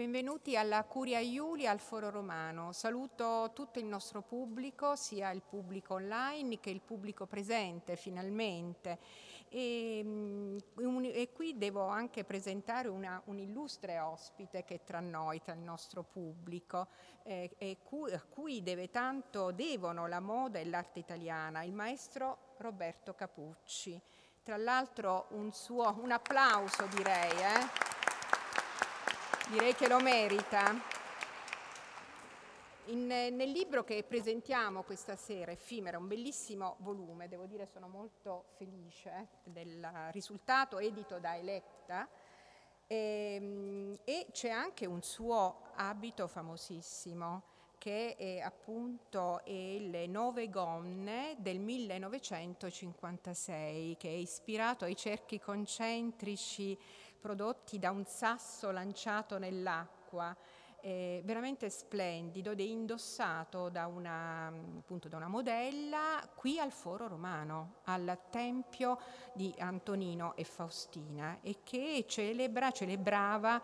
Benvenuti alla Curia Iulia al Foro Romano. Saluto tutto il nostro pubblico, sia il pubblico online che il pubblico presente finalmente. E qui devo anche presentare un illustre ospite che è tra noi, tra il nostro pubblico, a cui devono la moda e l'arte italiana, il maestro Roberto Capucci. Tra l'altro un applauso direi. Direi che lo merita. Nel libro che presentiamo questa sera, Effimera, un bellissimo volume, devo dire sono molto felice del risultato, edito da Electa, e c'è anche un suo abito famosissimo che è appunto le 9 gonne del 1956, che è ispirato ai cerchi concentrici prodotti da un sasso lanciato nell'acqua, veramente splendido, ed è indossato da una modella qui al Foro Romano, al Tempio di Antonino e Faustina, e che celebrava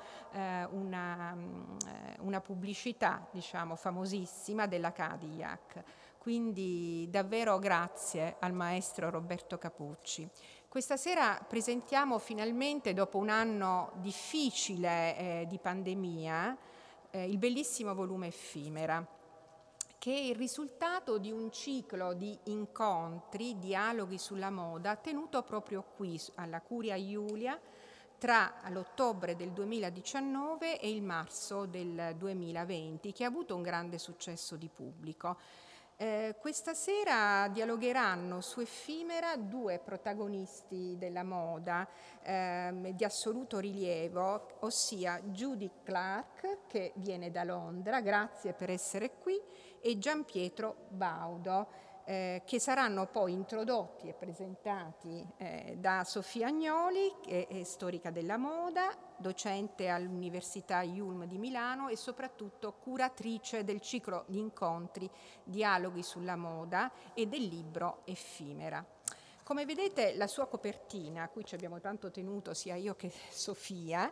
una pubblicità, diciamo, famosissima della Cadillac. Quindi davvero grazie al maestro Roberto Capucci. Questa sera presentiamo finalmente, dopo un anno difficile di pandemia, il bellissimo volume Effimera, che è il risultato di un ciclo di incontri, dialoghi sulla moda, tenuto proprio qui alla Curia Iulia tra l'ottobre del 2019 e il marzo del 2020, che ha avuto un grande successo di pubblico. Questa sera dialogheranno su Effimera due protagonisti della moda di assoluto rilievo, ossia Judy Clark, che viene da Londra, grazie per essere qui, e Gianpietro Baudo, che saranno poi introdotti e presentati da Sofia Agnoli, che è storica della moda, docente all'Università IULM di Milano e soprattutto curatrice del ciclo di incontri Dialoghi sulla moda e del libro Effimera. Come vedete, la sua copertina, a cui ci abbiamo tanto tenuto sia io che Sofia,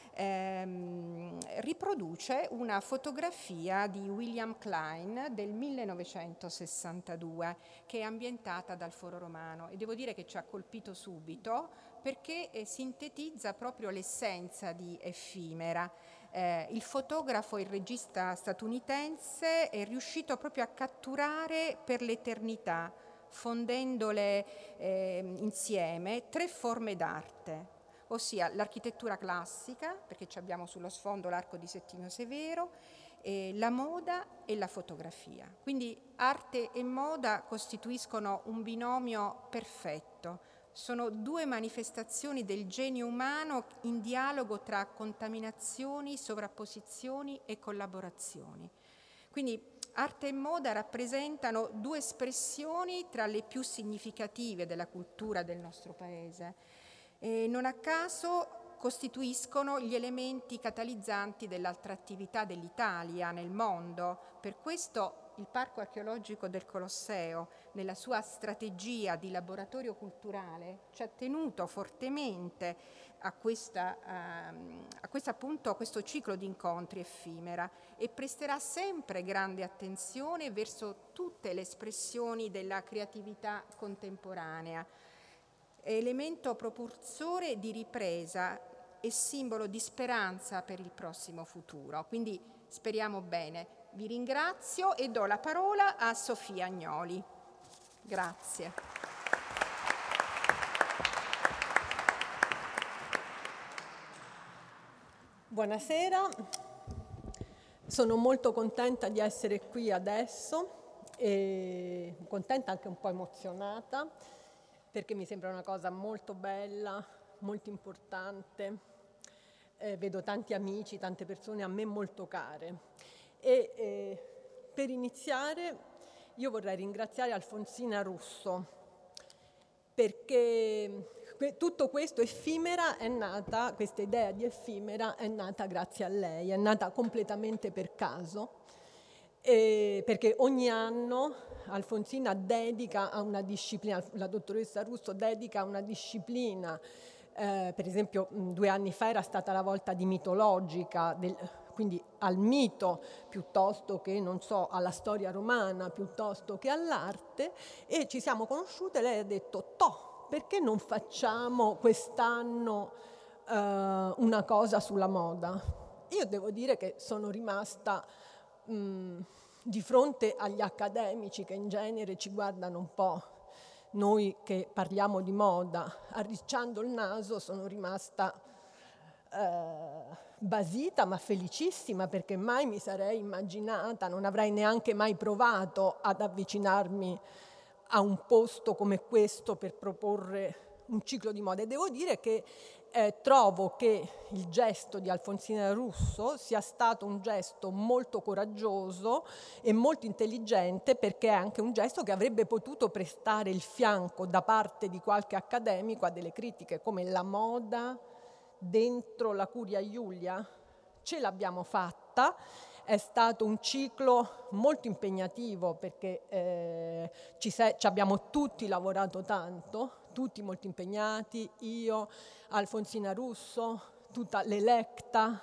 riproduce una fotografia di William Klein del 1962 che è ambientata dal Foro Romano, e devo dire che ci ha colpito subito perché sintetizza proprio l'essenza di Effimera. Il fotografo e il regista statunitense è riuscito proprio a catturare per l'eternità, fondendole insieme, 3 forme d'arte, ossia l'architettura classica, perché abbiamo sullo sfondo l'arco di Settimio Severo, la moda e la fotografia. Quindi arte e moda costituiscono un binomio perfetto. Sono 2 manifestazioni del genio umano in dialogo tra contaminazioni, sovrapposizioni e collaborazioni. Quindi arte e moda rappresentano 2 espressioni tra le più significative della cultura del nostro paese. E non a caso costituiscono gli elementi catalizzanti dell'attrattività dell'Italia nel mondo. Per questo il Parco Archeologico del Colosseo, nella sua strategia di laboratorio culturale, ci ha tenuto fortemente a questo ciclo di incontri Effimera, e presterà sempre grande attenzione verso tutte le espressioni della creatività contemporanea, elemento propulsore di ripresa e simbolo di speranza per il prossimo futuro. Quindi speriamo bene. Vi ringrazio e do la parola a Sofia Agnoli. Grazie. Buonasera, sono molto contenta di essere qui adesso, e contenta, anche un po' emozionata, perché mi sembra una cosa molto bella, molto importante. Vedo tanti amici, tante persone a me molto care. Per iniziare io vorrei ringraziare Alfonsina Russo, perché tutto questo Effimera è nata, questa idea di Effimera è nata grazie a lei, è nata completamente per caso, perché ogni anno Alfonsina dedica a una disciplina, la dottoressa Russo dedica a una disciplina, per esempio 2 anni fa era stata la volta di mitologica, quindi al mito piuttosto che, non so, alla storia romana piuttosto che all'arte, e ci siamo conosciute. Lei ha detto: toh, perché non facciamo quest'anno una cosa sulla moda? Io devo dire che sono rimasta di fronte agli accademici che in genere ci guardano un po', noi che parliamo di moda, arricciando il naso. Sono rimasta basita ma felicissima, perché mai mi sarei immaginata, non avrei neanche mai provato ad avvicinarmi a un posto come questo per proporre un ciclo di moda. E devo dire che trovo che il gesto di Alfonsina Russo sia stato un gesto molto coraggioso e molto intelligente, perché è anche un gesto che avrebbe potuto prestare il fianco da parte di qualche accademico a delle critiche come la moda dentro la Curia Iulia. Ce l'abbiamo fatta. È stato un ciclo molto impegnativo, perché ci abbiamo tutti lavorato tanto, tutti molto impegnati, io, Alfonsina Russo, tutta l'Electa,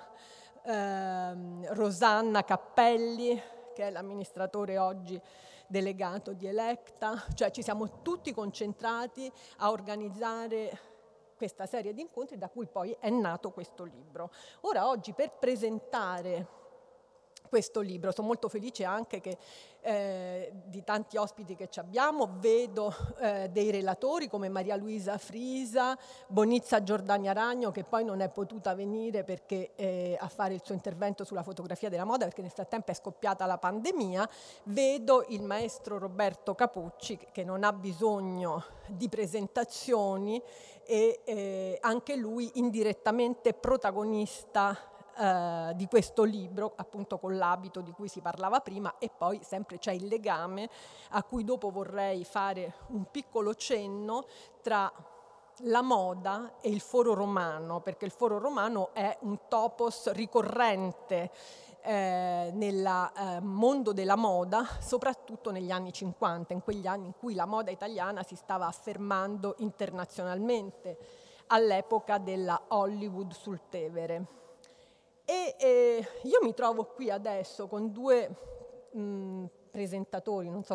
Rosanna Cappelli, che è l'amministratore oggi delegato di Electa, cioè ci siamo tutti concentrati a organizzare questa serie di incontri, da cui poi è nato questo libro. Ora, oggi, per presentare questo libro, sono molto felice anche che di tanti ospiti che ci abbiamo, vedo dei relatori come Maria Luisa Frisa, Bonizza Giordania Ragno, che poi non è potuta venire perché a fare il suo intervento sulla fotografia della moda, perché nel frattempo è scoppiata la pandemia. Vedo il maestro Roberto Capucci, che non ha bisogno di presentazioni, e anche lui indirettamente protagonista di questo libro, appunto con l'abito di cui si parlava prima. E poi sempre c'è il legame, a cui dopo vorrei fare un piccolo cenno, tra la moda e il Foro Romano, perché il Foro Romano è un topos ricorrente nel mondo della moda, soprattutto negli anni 50, in quegli anni in cui la moda italiana si stava affermando internazionalmente, all'epoca della Hollywood sul Tevere. E io mi trovo qui adesso con due presentatori, non so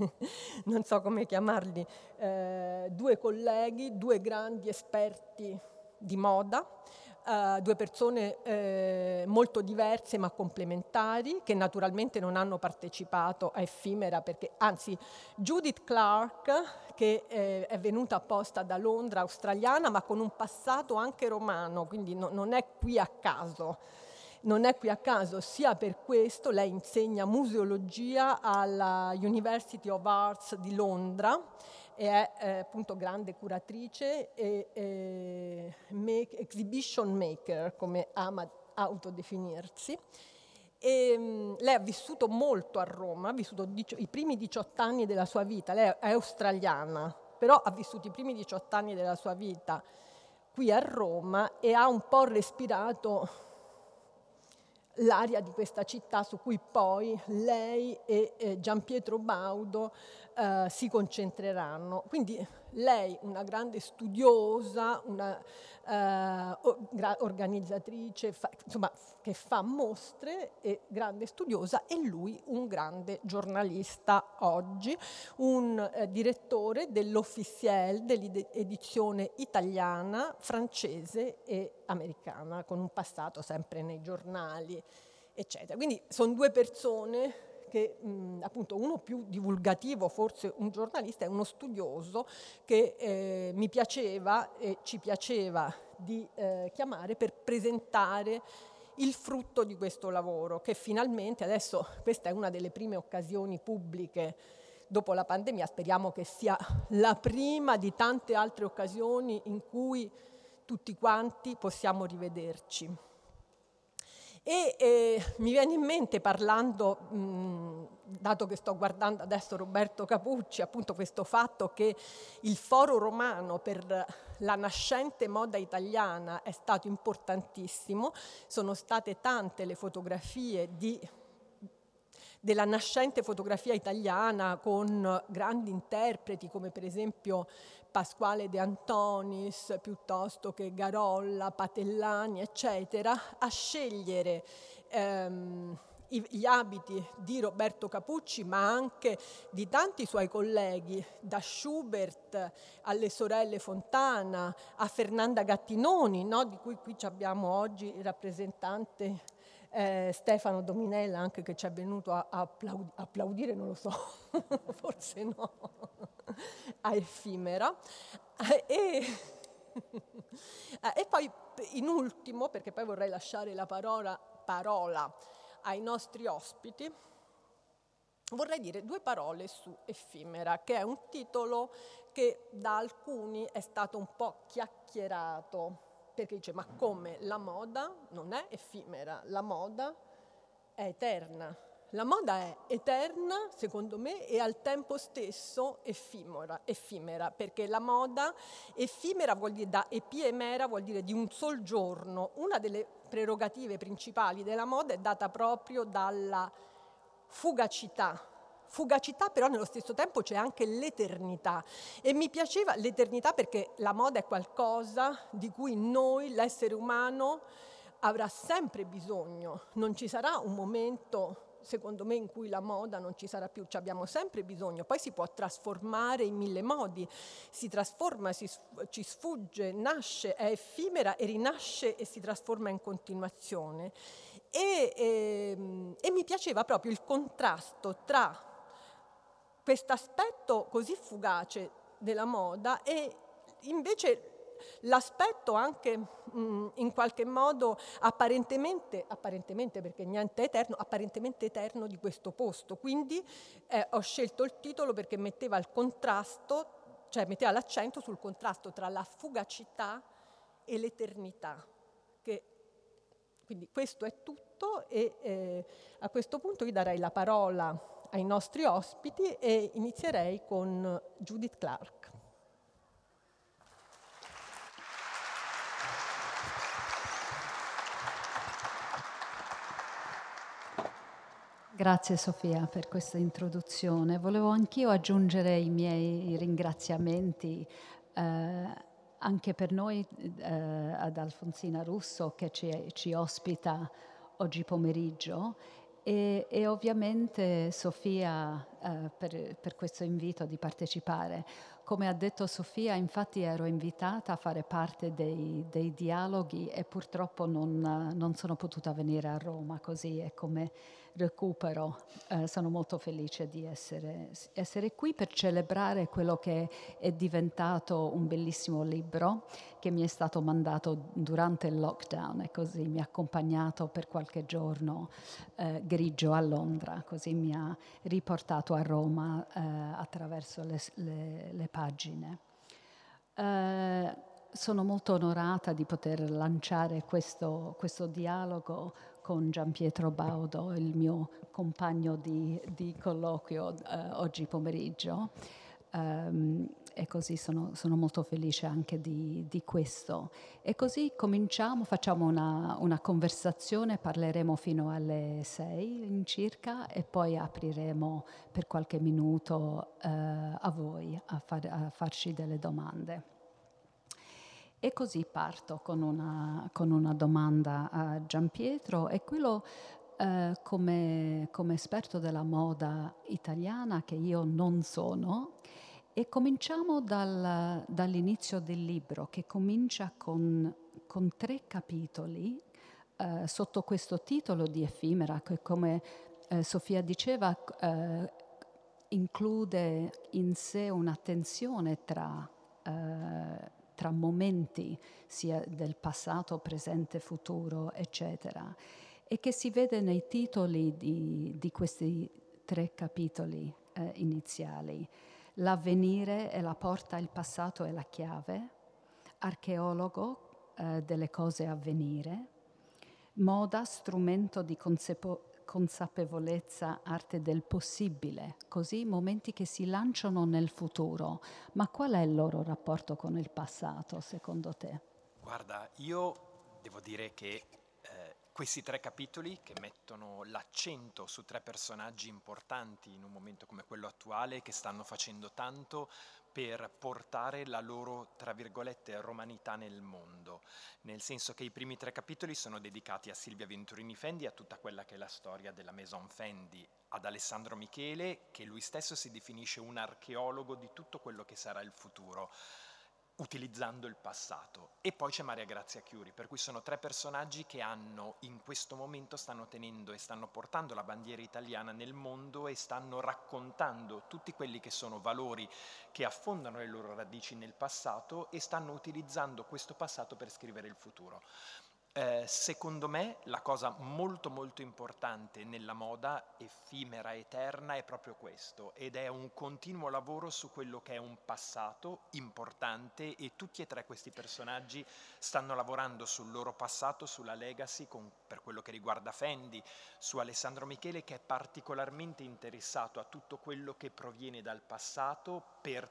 come chiamarli, due colleghi, due grandi esperti di moda, due persone molto diverse ma complementari, che naturalmente non hanno partecipato a Effimera, perché anzi Judith Clark, che è venuta apposta da Londra, australiana, ma con un passato anche romano, quindi non è qui a caso. Non è qui a caso, sia per questo lei insegna museologia alla University of Arts di Londra e è appunto grande curatrice e exhibition maker, come ama autodefinirsi. E lei ha vissuto molto a Roma, ha vissuto i primi 18 anni della sua vita. Lei è australiana, però ha vissuto i primi 18 anni della sua vita qui a Roma e ha un po' respirato l'aria di questa città, su cui poi lei e Gianpietro Baudo si concentreranno. Quindi lei, una grande studiosa, una organizzatrice, insomma, che fa mostre, e grande studiosa, e lui un grande giornalista oggi, un direttore dell'Officiel, dell'edizione italiana, francese e americana, con un passato sempre nei giornali, eccetera. Quindi sono due persone che appunto, uno più divulgativo, forse un giornalista, e uno studioso, che mi piaceva e ci piaceva di chiamare per presentare il frutto di questo lavoro, che finalmente adesso, questa è una delle prime occasioni pubbliche dopo la pandemia, speriamo che sia la prima di tante altre occasioni in cui tutti quanti possiamo rivederci. E mi viene in mente, parlando, dato che sto guardando adesso Roberto Capucci, appunto questo fatto che il Foro Romano per la nascente moda italiana è stato importantissimo. Sono state tante le fotografie della nascente fotografia italiana, con grandi interpreti come per esempio Pasquale De Antonis, piuttosto che Garolla, Patellani, eccetera, a scegliere gli abiti di Roberto Capucci, ma anche di tanti suoi colleghi, da Schubert alle sorelle Fontana, a Fernanda Gattinoni, no? Di cui qui abbiamo oggi il rappresentante Stefano Dominella, anche che ci è venuto a applaudire, non lo so, forse no, a Effimera. E poi in ultimo, perché poi vorrei lasciare la parola ai nostri ospiti, vorrei dire 2 parole su Effimera, che è un titolo che da alcuni è stato un po' chiacchierato, perché dice: ma come, la moda non è effimera, la moda è eterna. La moda è eterna, secondo me, e al tempo stesso effimera, perché la moda effimera vuol dire, da epiemera vuol dire di un sol giorno. Una delle prerogative principali della moda è data proprio dalla fugacità, però nello stesso tempo c'è anche l'eternità, e mi piaceva l'eternità perché la moda è qualcosa di cui noi, l'essere umano, avrà sempre bisogno. Non ci sarà un momento, secondo me, in cui la moda non ci sarà più, ci abbiamo sempre bisogno. Poi si può trasformare in 1000 modi, si trasforma, ci sfugge, nasce, è effimera e rinasce e si trasforma in continuazione. E mi piaceva proprio il contrasto tra questo aspetto così fugace della moda e invece l'aspetto anche in qualche modo apparentemente, perché niente è eterno, apparentemente eterno di questo posto. Quindi ho scelto il titolo perché metteva il contrasto, cioè metteva l'accento sul contrasto tra la fugacità e l'eternità. Quindi questo è tutto, e a questo punto io darei la parola ai nostri ospiti e inizierei con Judith Clark. Grazie Sofia per questa introduzione. Volevo anch'io aggiungere i miei ringraziamenti anche per noi ad Alfonsina Russo che ci ospita oggi pomeriggio e ovviamente Sofia per questo invito di partecipare. Come ha detto Sofia, infatti ero invitata a fare parte dei dialoghi e purtroppo non sono potuta venire a Roma, così è come recupero. Sono molto felice di essere qui per celebrare quello che è diventato un bellissimo libro che mi è stato mandato durante il lockdown e così mi ha accompagnato per qualche giorno grigio a Londra, così mi ha riportato a Roma attraverso le pagine. Sono molto onorata di poter lanciare questo dialogo con Gianpietro Baudo, il mio compagno di colloquio oggi pomeriggio. E così sono molto felice anche di questo. E così cominciamo, facciamo una conversazione, parleremo fino alle 6 circa e poi apriremo per qualche minuto a voi a farci delle domande. E così parto con una domanda a Gianpietro, e quello come esperto della moda italiana, che io non sono, e cominciamo dall'inizio del libro, che comincia con 3 capitoli sotto questo titolo di Effimera, che come Sofia diceva include in sé un'attenzione tra momenti sia del passato, presente, futuro, eccetera, e che si vede nei titoli di questi 3 capitoli iniziali. L'avvenire è la porta, il passato è la chiave, archeologo delle cose a venire, moda, strumento di consapevolezza, arte del possibile, così momenti che si lanciano nel futuro. Ma qual è il loro rapporto con il passato, secondo te? Guarda, io devo dire che questi 3 capitoli, che mettono l'accento su 3 personaggi importanti in un momento come quello attuale, che stanno facendo tanto per portare la loro, tra virgolette, romanità nel mondo, nel senso che i primi 3 capitoli sono dedicati a Silvia Venturini Fendi, a tutta quella che è la storia della Maison Fendi, ad Alessandro Michele, che lui stesso si definisce un archeologo di tutto quello che sarà il futuro, utilizzando il passato. E poi c'è Maria Grazia Chiuri, per cui sono 3 personaggi che in questo momento stanno tenendo e stanno portando la bandiera italiana nel mondo e stanno raccontando tutti quelli che sono valori che affondano le loro radici nel passato e stanno utilizzando questo passato per scrivere il futuro. Secondo me la cosa molto molto importante nella moda effimera, eterna, è proprio questo, ed è un continuo lavoro su quello che è un passato importante, e tutti e 3 questi personaggi stanno lavorando sul loro passato, sulla legacy, per quello che riguarda Fendi, su Alessandro Michele, che è particolarmente interessato a tutto quello che proviene dal passato per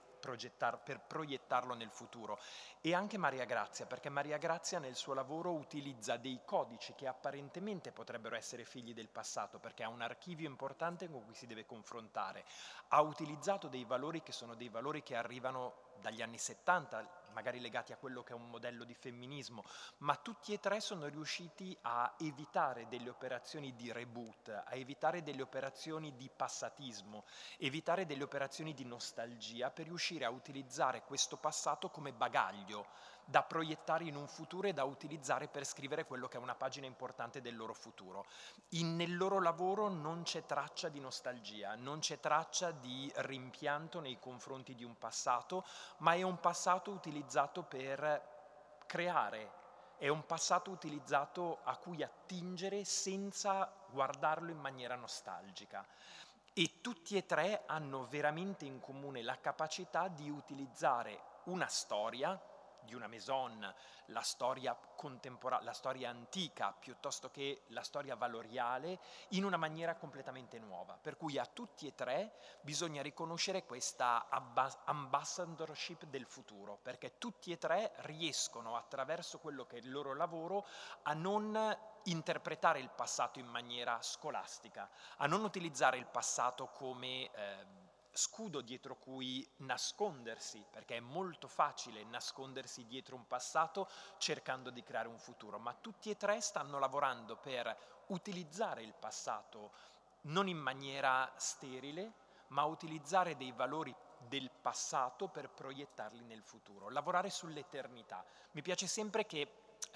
proiettarlo nel futuro, e anche Maria Grazia, perché Maria Grazia nel suo lavoro utilizza dei codici che apparentemente potrebbero essere figli del passato, perché ha un archivio importante con cui si deve confrontare. Ha utilizzato dei valori che sono dei valori che arrivano dagli anni 70, magari legati a quello che è un modello di femminismo, ma tutti e 3 sono riusciti a evitare delle operazioni di reboot, a evitare delle operazioni di passatismo, evitare delle operazioni di nostalgia, per riuscire a utilizzare questo passato come bagaglio da proiettare in un futuro e da utilizzare per scrivere quello che è una pagina importante del loro futuro. Nel loro lavoro non c'è traccia di nostalgia, non c'è traccia di rimpianto nei confronti di un passato, ma è un passato utilizzato per creare, è un passato utilizzato a cui attingere senza guardarlo in maniera nostalgica. E tutti e 3 hanno veramente in comune la capacità di utilizzare una storia di una maison, la storia contemporanea, la storia antica, piuttosto che la storia valoriale, in una maniera completamente nuova. Per cui a tutti e 3 bisogna riconoscere questa ambassadorship del futuro, perché tutti e 3 riescono, attraverso quello che è il loro lavoro, a non interpretare il passato in maniera scolastica, a non utilizzare il passato come scudo dietro cui nascondersi, perché è molto facile nascondersi dietro un passato cercando di creare un futuro, ma tutti e 3 stanno lavorando per utilizzare il passato non in maniera sterile, ma utilizzare dei valori del passato per proiettarli nel futuro, lavorare sull'eternità. Mi piace sempre che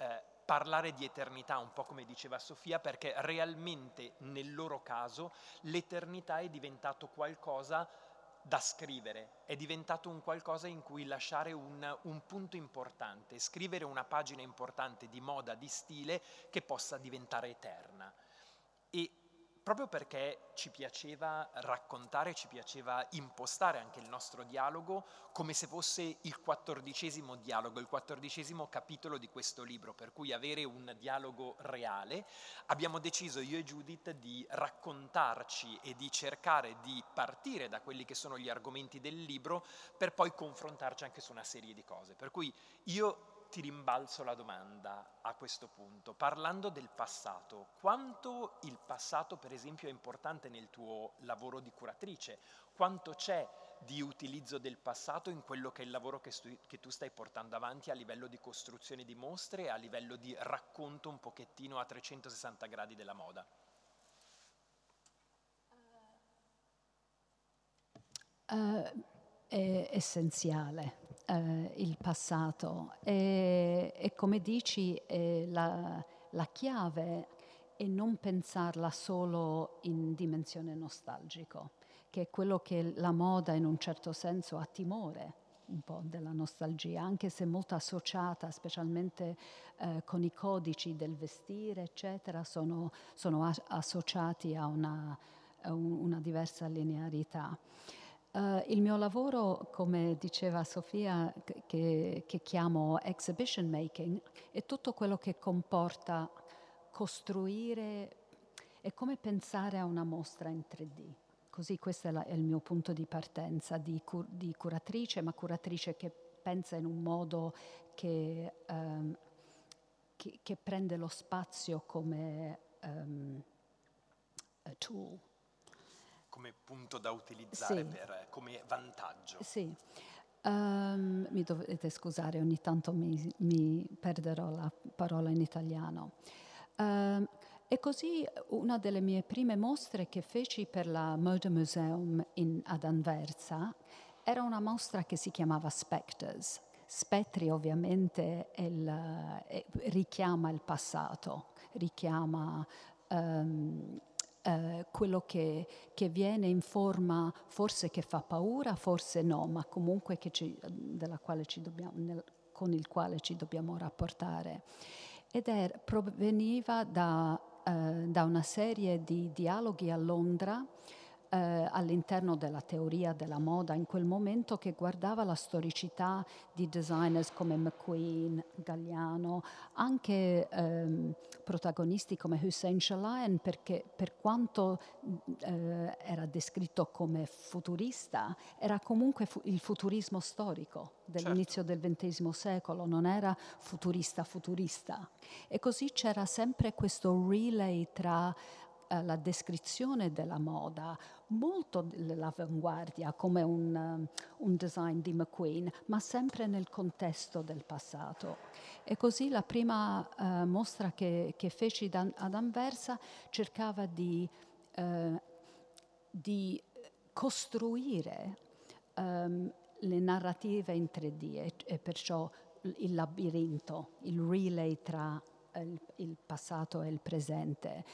parlare di eternità, un po' come diceva Sofia, perché realmente nel loro caso l'eternità è diventato qualcosa da scrivere, è diventato un qualcosa in cui lasciare un punto importante, scrivere una pagina importante di moda, di stile, che possa diventare eterna. E proprio perché ci piaceva raccontare, ci piaceva impostare anche il nostro dialogo come se fosse il 14° dialogo, il 14° capitolo di questo libro, per cui avere un dialogo reale, abbiamo deciso io e Judith di raccontarci e di cercare di partire da quelli che sono gli argomenti del libro per poi confrontarci anche su una serie di cose. Per cui io ti rimbalzo la domanda a questo punto, parlando del passato. Quanto il passato, per esempio, è importante nel tuo lavoro di curatrice? Quanto c'è di utilizzo del passato in quello che è il lavoro che tu stai portando avanti a livello di costruzione di mostre e a livello di racconto un pochettino a 360 gradi della moda? È essenziale il passato e come dici la chiave è non pensarla solo in dimensione nostalgico, che è quello che la moda in un certo senso ha timore un po' della nostalgia, anche se molto associata, specialmente con i codici del vestire, eccetera, sono associati a una diversa linearità. Il mio lavoro, come diceva Sofia, che chiamo exhibition making, è tutto quello che comporta costruire, è come pensare a una mostra in 3D. Così questo è il mio punto di partenza di curatrice, ma curatrice che pensa in un modo che prende lo spazio come tool. Come punto da utilizzare Sì. come vantaggio. Sì. Mi dovete scusare, ogni tanto mi perderò la parola in italiano. E così una delle mie prime mostre che feci per la Modemuseum ad Anversa era una mostra che si chiamava Spectres. Spettri ovviamente richiama il passato, richiama quello che viene in forma forse che fa paura, forse no, ma comunque con il quale ci dobbiamo rapportare. Ed proveniva da una serie di dialoghi a Londra all'interno della teoria della moda in quel momento, che guardava la storicità di designers come McQueen, Galliano, anche protagonisti come Hussein Chalayan, perché per quanto era descritto come futurista, era comunque il futurismo storico dell'inizio del XX secolo, non era futurista. E così c'era sempre questo relay tra la descrizione della moda, molto dell'avanguardia come un design di McQueen, ma sempre nel contesto del passato. E così la prima mostra che feci ad Anversa cercava di costruire le narrative in 3D e perciò il labirinto, il relay tra il passato e il presente,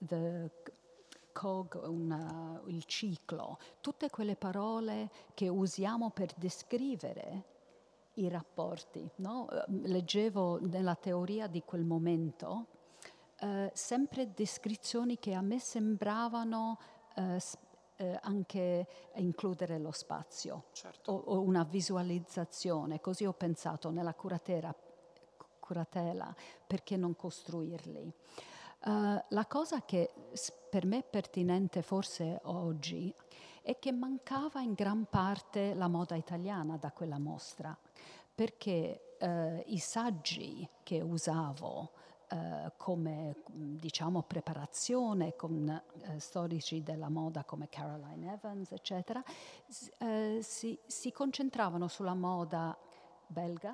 il ciclo, tutte quelle parole che usiamo per descrivere i rapporti, no? Leggevo nella teoria di quel momento sempre descrizioni che a me sembravano anche includere lo spazio, certo, o una visualizzazione. Così ho pensato nella curatela, perché non costruirli? La cosa che per me è pertinente forse oggi è che mancava in gran parte la moda italiana da quella mostra, perché i saggi che usavo come diciamo preparazione con storici della moda come Caroline Evans, eccetera, si concentravano sulla moda belga,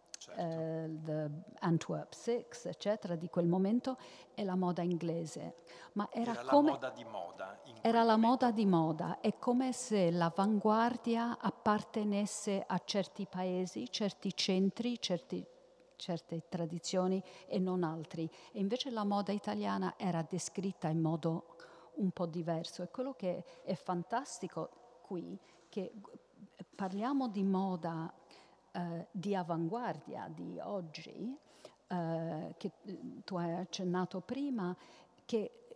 the Antwerp Six, eccetera, di quel momento, e la moda inglese. Ma era la come moda di moda in era quel la momento. moda di moda, è come se l'avanguardia appartenesse a certi paesi, certi centri, certe tradizioni e non altri. E invece la moda italiana era descritta in modo un po' diverso. E quello che è fantastico qui, che parliamo di moda di avanguardia di oggi, che tu hai accennato prima, che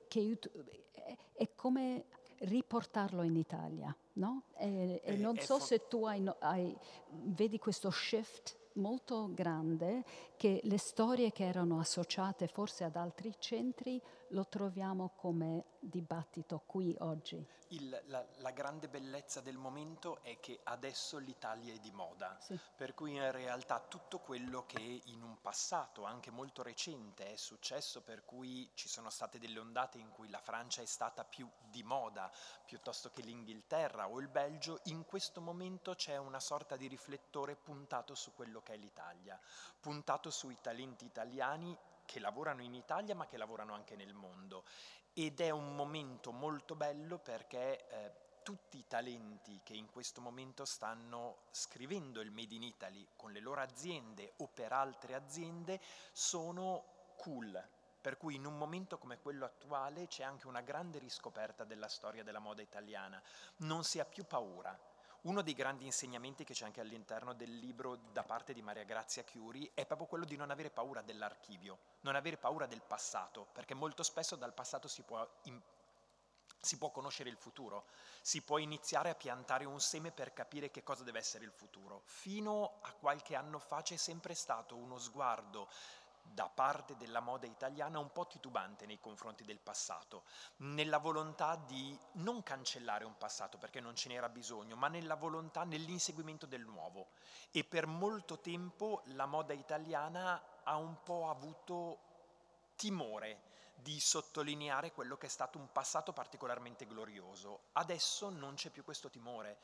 è come riportarlo in Italia, no? E non so se tu vedi questo shift molto grande, che le storie che erano associate forse ad altri centri lo troviamo come dibattito qui oggi. La grande bellezza del momento è che adesso l'Italia è di moda, Sì. per cui in realtà tutto quello che in un passato anche molto recente è successo, per cui ci sono state delle ondate in cui la Francia è stata più di moda piuttosto che l'Inghilterra o il Belgio, in questo momento c'è una sorta di riflettore puntato su quello che è l'Italia, puntato sui talenti italiani che lavorano in Italia ma che lavorano anche nel mondo. Ed è un momento molto bello perché tutti i talenti che in questo momento stanno scrivendo il Made in Italy con le loro aziende o per altre aziende sono cool. Per cui in un momento come quello attuale c'è anche una grande riscoperta della storia della moda italiana. Non si ha più paura. Uno dei grandi insegnamenti che c'è anche all'interno del libro da parte di Maria Grazia Chiuri è proprio quello di non avere paura dell'archivio, non avere paura del passato, perché molto spesso dal passato si può conoscere il futuro, si può iniziare a piantare un seme per capire che cosa deve essere il futuro. Fino a qualche anno fa c'è sempre stato uno sguardo da parte della moda italiana un po' titubante nei confronti del passato, nella volontà di non cancellare un passato perché non ce n'era bisogno, ma nella volontà, nell'inseguimento del nuovo. E per molto tempo la moda italiana ha un po' avuto timore di sottolineare quello che è stato un passato particolarmente glorioso. Adesso non c'è più questo timore,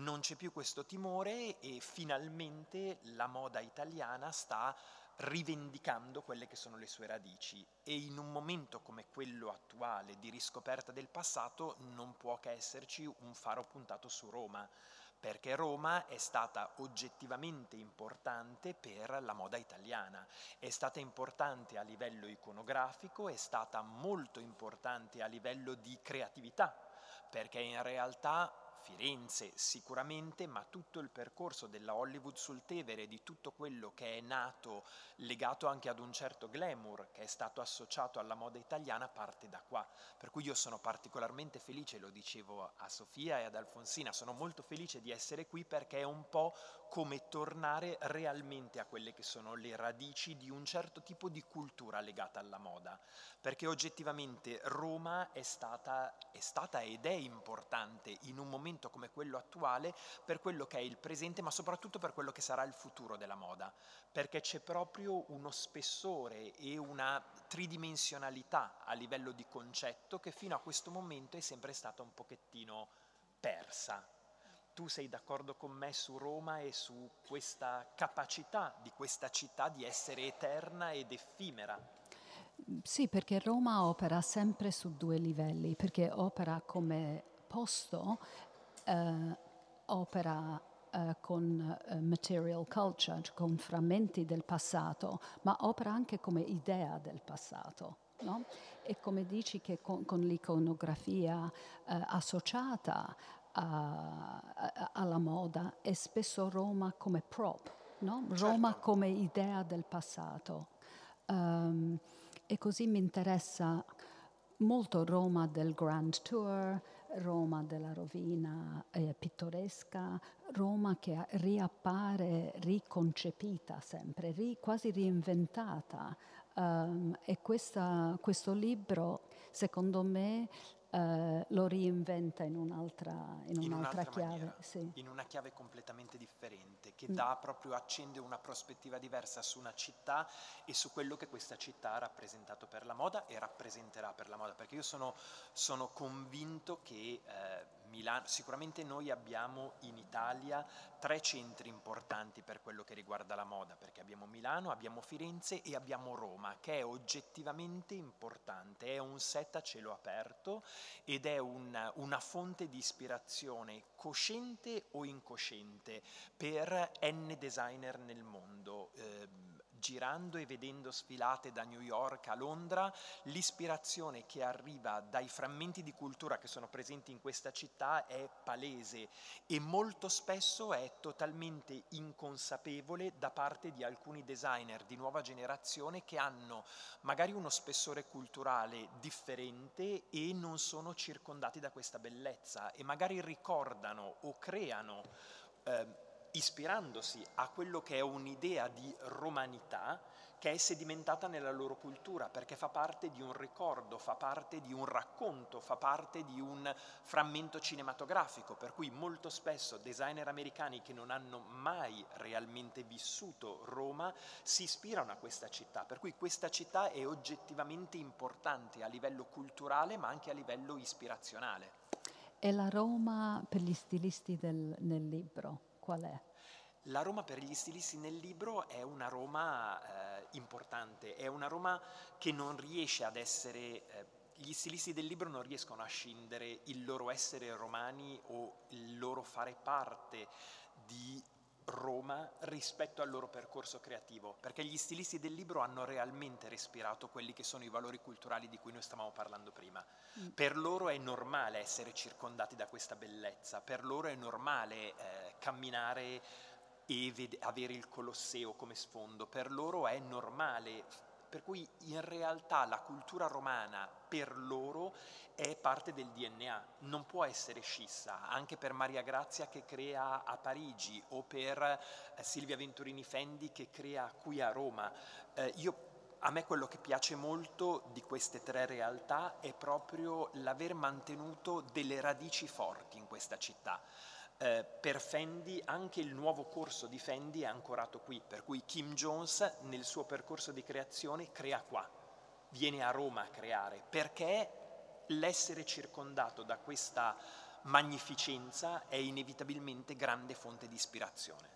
e finalmente la moda italiana sta rivendicando quelle che sono le sue radici, e in un momento come quello attuale di riscoperta del passato non può che esserci un faro puntato su Roma, perché Roma è stata oggettivamente importante per la moda italiana, è stata importante a livello iconografico, è stata molto importante a livello di creatività, perché in realtà Firenze sicuramente, ma tutto il percorso della Hollywood sul Tevere, di tutto quello che è nato legato anche ad un certo glamour che è stato associato alla moda italiana, parte da qua. Per cui io sono particolarmente felice, lo dicevo a Sofia e ad Alfonsina, sono molto felice di essere qui, perché è un po' come tornare realmente a quelle che sono le radici di un certo tipo di cultura legata alla moda, perché oggettivamente Roma è stata ed è importante in un momento come quello attuale per quello che è il presente, ma soprattutto per quello che sarà il futuro della moda, perché c'è proprio uno spessore e una tridimensionalità a livello di concetto che fino a questo momento è sempre stata un pochettino persa. Tu sei d'accordo con me su Roma e su questa capacità di questa città di essere eterna ed effimera? Sì, perché Roma opera sempre su due livelli, perché opera come posto, opera con material culture, cioè con frammenti del passato, ma opera anche come idea del passato. No? E come dici che con l'iconografia associata alla moda è spesso Roma come prop, no? Roma Certo. come idea del passato. E così mi interessa molto Roma del Grand Tour, Roma della rovina pittoresca, Roma che riappare riconcepita sempre, quasi reinventata. E questo libro, secondo me, lo reinventa in un'altra chiave. Maniera, Sì. in una chiave completamente differente, che dà proprio, accende una prospettiva diversa su una città e su quello che questa città ha rappresentato per la moda e rappresenterà per la moda, perché io sono convinto che Milano, sicuramente noi abbiamo in Italia 3 centri importanti per quello che riguarda la moda, perché abbiamo Milano, abbiamo Firenze e abbiamo Roma, che è oggettivamente importante, è un set a cielo aperto ed è una fonte di ispirazione cosciente o incosciente per N designer nel mondo. Girando e vedendo sfilate da New York a Londra, l'ispirazione che arriva dai frammenti di cultura che sono presenti in questa città è palese e molto spesso è totalmente inconsapevole da parte di alcuni designer di nuova generazione che hanno magari uno spessore culturale differente e non sono circondati da questa bellezza e magari ricordano o creano ispirandosi a quello che è un'idea di romanità che è sedimentata nella loro cultura, perché fa parte di un ricordo, fa parte di un racconto, fa parte di un frammento cinematografico, per cui molto spesso designer americani che non hanno mai realmente vissuto Roma si ispirano a questa città, per cui questa città è oggettivamente importante a livello culturale ma anche a livello ispirazionale. E la Roma per gli stilisti nel libro, qual è? La Roma per gli stilisti nel libro è una Roma importante, è una Roma che non riesce ad essere, gli stilisti del libro non riescono a scindere il loro essere romani o il loro fare parte di Roma rispetto al loro percorso creativo, perché gli stilisti del libro hanno realmente respirato quelli che sono i valori culturali di cui noi stavamo parlando prima. Per loro è normale essere circondati da questa bellezza, per loro è normale camminare e avere il Colosseo come sfondo, per loro è normale, per cui in realtà la cultura romana per loro è parte del DNA, non può essere scissa, anche per Maria Grazia che crea a Parigi o per Silvia Venturini Fendi che crea qui a Roma. A me quello che piace molto di queste 3 realtà è proprio l'aver mantenuto delle radici forti in questa città. Per Fendi anche il nuovo corso di Fendi è ancorato qui, per cui Kim Jones nel suo percorso di creazione crea qua, viene a Roma a creare, perché l'essere circondato da questa magnificenza è inevitabilmente grande fonte di ispirazione.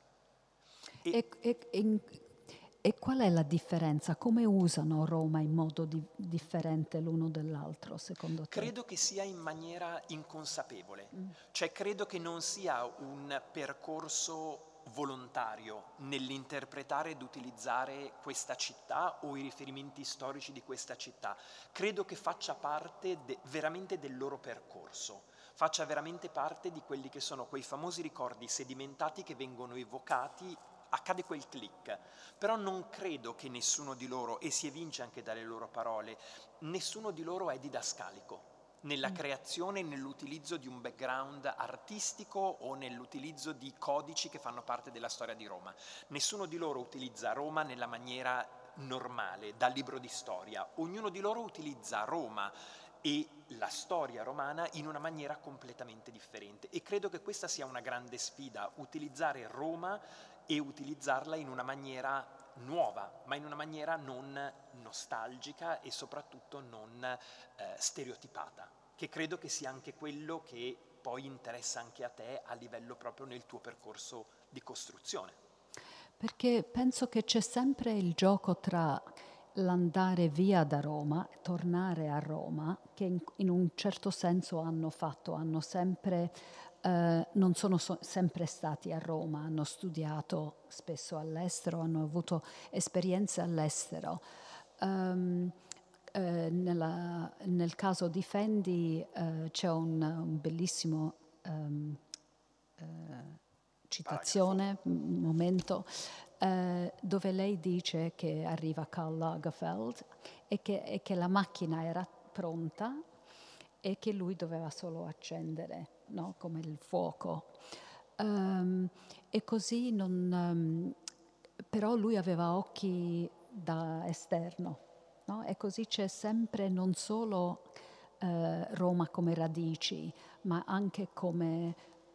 E qual è la differenza? Come usano Roma in modo differente l'uno dell'altro, secondo te? Credo che sia in maniera inconsapevole, cioè credo che non sia un percorso volontario nell'interpretare ed utilizzare questa città o i riferimenti storici di questa città. Credo che faccia parte veramente del loro percorso, faccia veramente parte di quelli che sono quei famosi ricordi sedimentati che vengono evocati. Accade quel click, però non credo che nessuno di loro, e si evince anche dalle loro parole, nessuno di loro è didascalico nella creazione e nell'utilizzo di un background artistico o nell'utilizzo di codici che fanno parte della storia di Roma. Nessuno di loro utilizza Roma nella maniera normale, da libro di storia. Ognuno di loro utilizza Roma e la storia romana in una maniera completamente differente, e credo che questa sia una grande sfida, utilizzare Roma e utilizzarla in una maniera nuova, ma in una maniera non nostalgica e soprattutto non stereotipata, che credo che sia anche quello che poi interessa anche a te a livello proprio nel tuo percorso di costruzione. Perché penso che c'è sempre il gioco tra l'andare via da Roma, tornare a Roma, che in un certo senso hanno sempre, non sono sempre stati a Roma, hanno studiato spesso all'estero, hanno avuto esperienze all'estero. Nel caso di Fendi c'è un bellissimo citazione, un momento, dove lei dice che arriva Karl Lagerfeld e che la macchina era pronta e che lui doveva solo accendere, no? Come il fuoco. E così però lui aveva occhi da esterno, no? E così c'è sempre non solo Roma come radici, ma anche come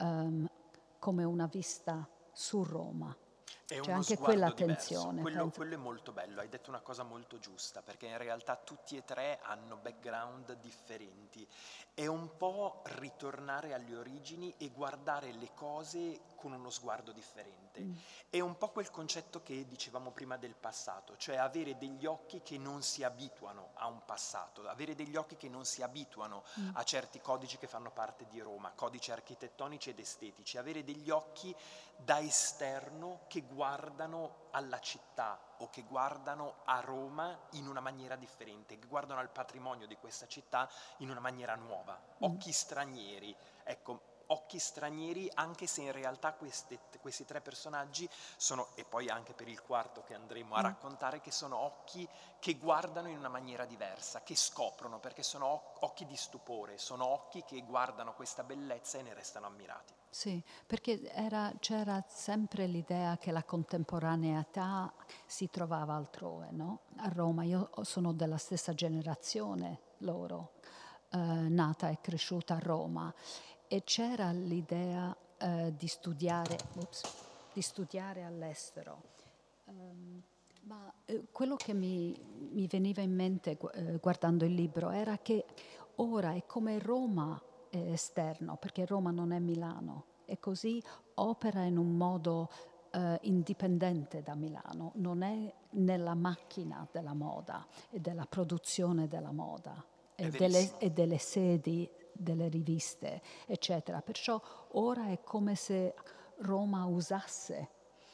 una vista su Roma. È C'è uno anche sguardo quella diverso, tensione. quello è molto bello, hai detto una cosa molto giusta, perché in realtà tutti e tre hanno background differenti. È un po' ritornare alle origini e guardare le cose con uno sguardo differente. È un po' quel concetto che dicevamo prima del passato, cioè avere degli occhi che non si abituano a un passato, avere degli occhi che non si abituano a certi codici che fanno parte di Roma, codici architettonici ed estetici, avere degli occhi da esterno che guardano alla città o che guardano a Roma in una maniera differente, che guardano al patrimonio di questa città in una maniera nuova, occhi stranieri, ecco, occhi stranieri, anche se in realtà questi tre personaggi sono, e poi anche per il quarto che andremo a raccontare, che sono occhi che guardano in una maniera diversa, che scoprono, perché sono occhi di stupore, sono occhi che guardano questa bellezza e ne restano ammirati. Sì, perché c'era sempre l'idea che la contemporaneità si trovava altrove, no? A Roma. Io sono della stessa generazione loro, nata e cresciuta a Roma, e c'era l'idea di studiare all'estero. Ma quello che mi veniva in mente guardando il libro era che ora è come Roma è esterno, perché Roma non è Milano, e così opera in un modo indipendente da Milano, non è nella macchina della moda e della produzione della moda e delle sedi delle riviste, eccetera. Perciò ora è come se Roma usasse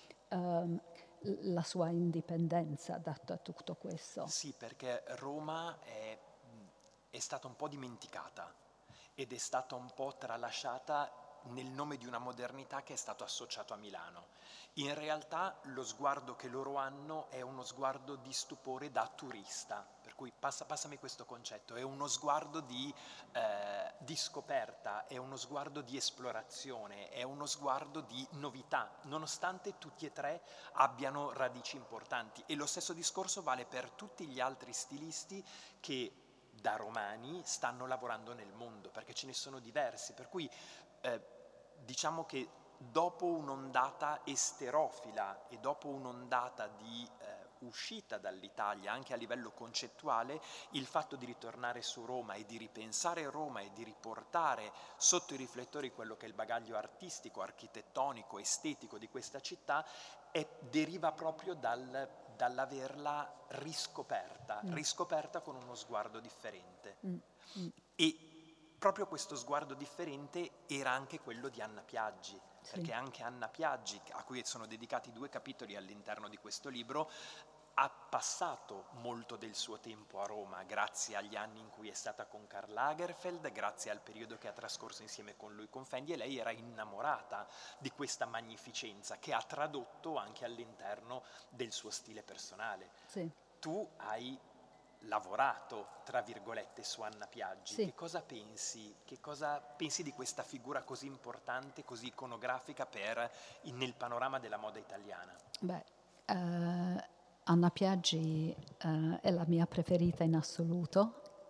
la sua indipendenza da tutto questo. Sì, perché Roma è stata un po' dimenticata ed è stata un po' tralasciata nel nome di una modernità che è stato associato a Milano. In realtà lo sguardo che loro hanno è uno sguardo di stupore da turista, per cui passami questo concetto, è uno sguardo di scoperta, è uno sguardo di esplorazione, è uno sguardo di novità, nonostante tutti e tre abbiano radici importanti. E lo stesso discorso vale per tutti gli altri stilisti che da romani stanno lavorando nel mondo, perché ce ne sono diversi, per cui diciamo che dopo un'ondata esterofila e dopo un'ondata di uscita dall'Italia, anche a livello concettuale, il fatto di ritornare su Roma e di ripensare Roma e di riportare sotto i riflettori quello che è il bagaglio artistico, architettonico, estetico di questa città, deriva proprio dall'averla riscoperta con uno sguardo differente. E proprio questo sguardo differente era anche quello di Anna Piaggi, perché anche Anna Piaggi, a cui sono dedicati 2 capitoli all'interno di questo libro, ha passato molto del suo tempo a Roma, grazie agli anni in cui è stata con Karl Lagerfeld, grazie al periodo che ha trascorso insieme con lui con Fendi, e lei era innamorata di questa magnificenza che ha tradotto anche all'interno del suo stile personale. Sì. Tu hai lavorato, tra virgolette, su Anna Piaggi. Sì. Che cosa pensi di questa figura così importante, così iconografica nel panorama della moda italiana? Beh, Anna Piaggi è la mia preferita in assoluto.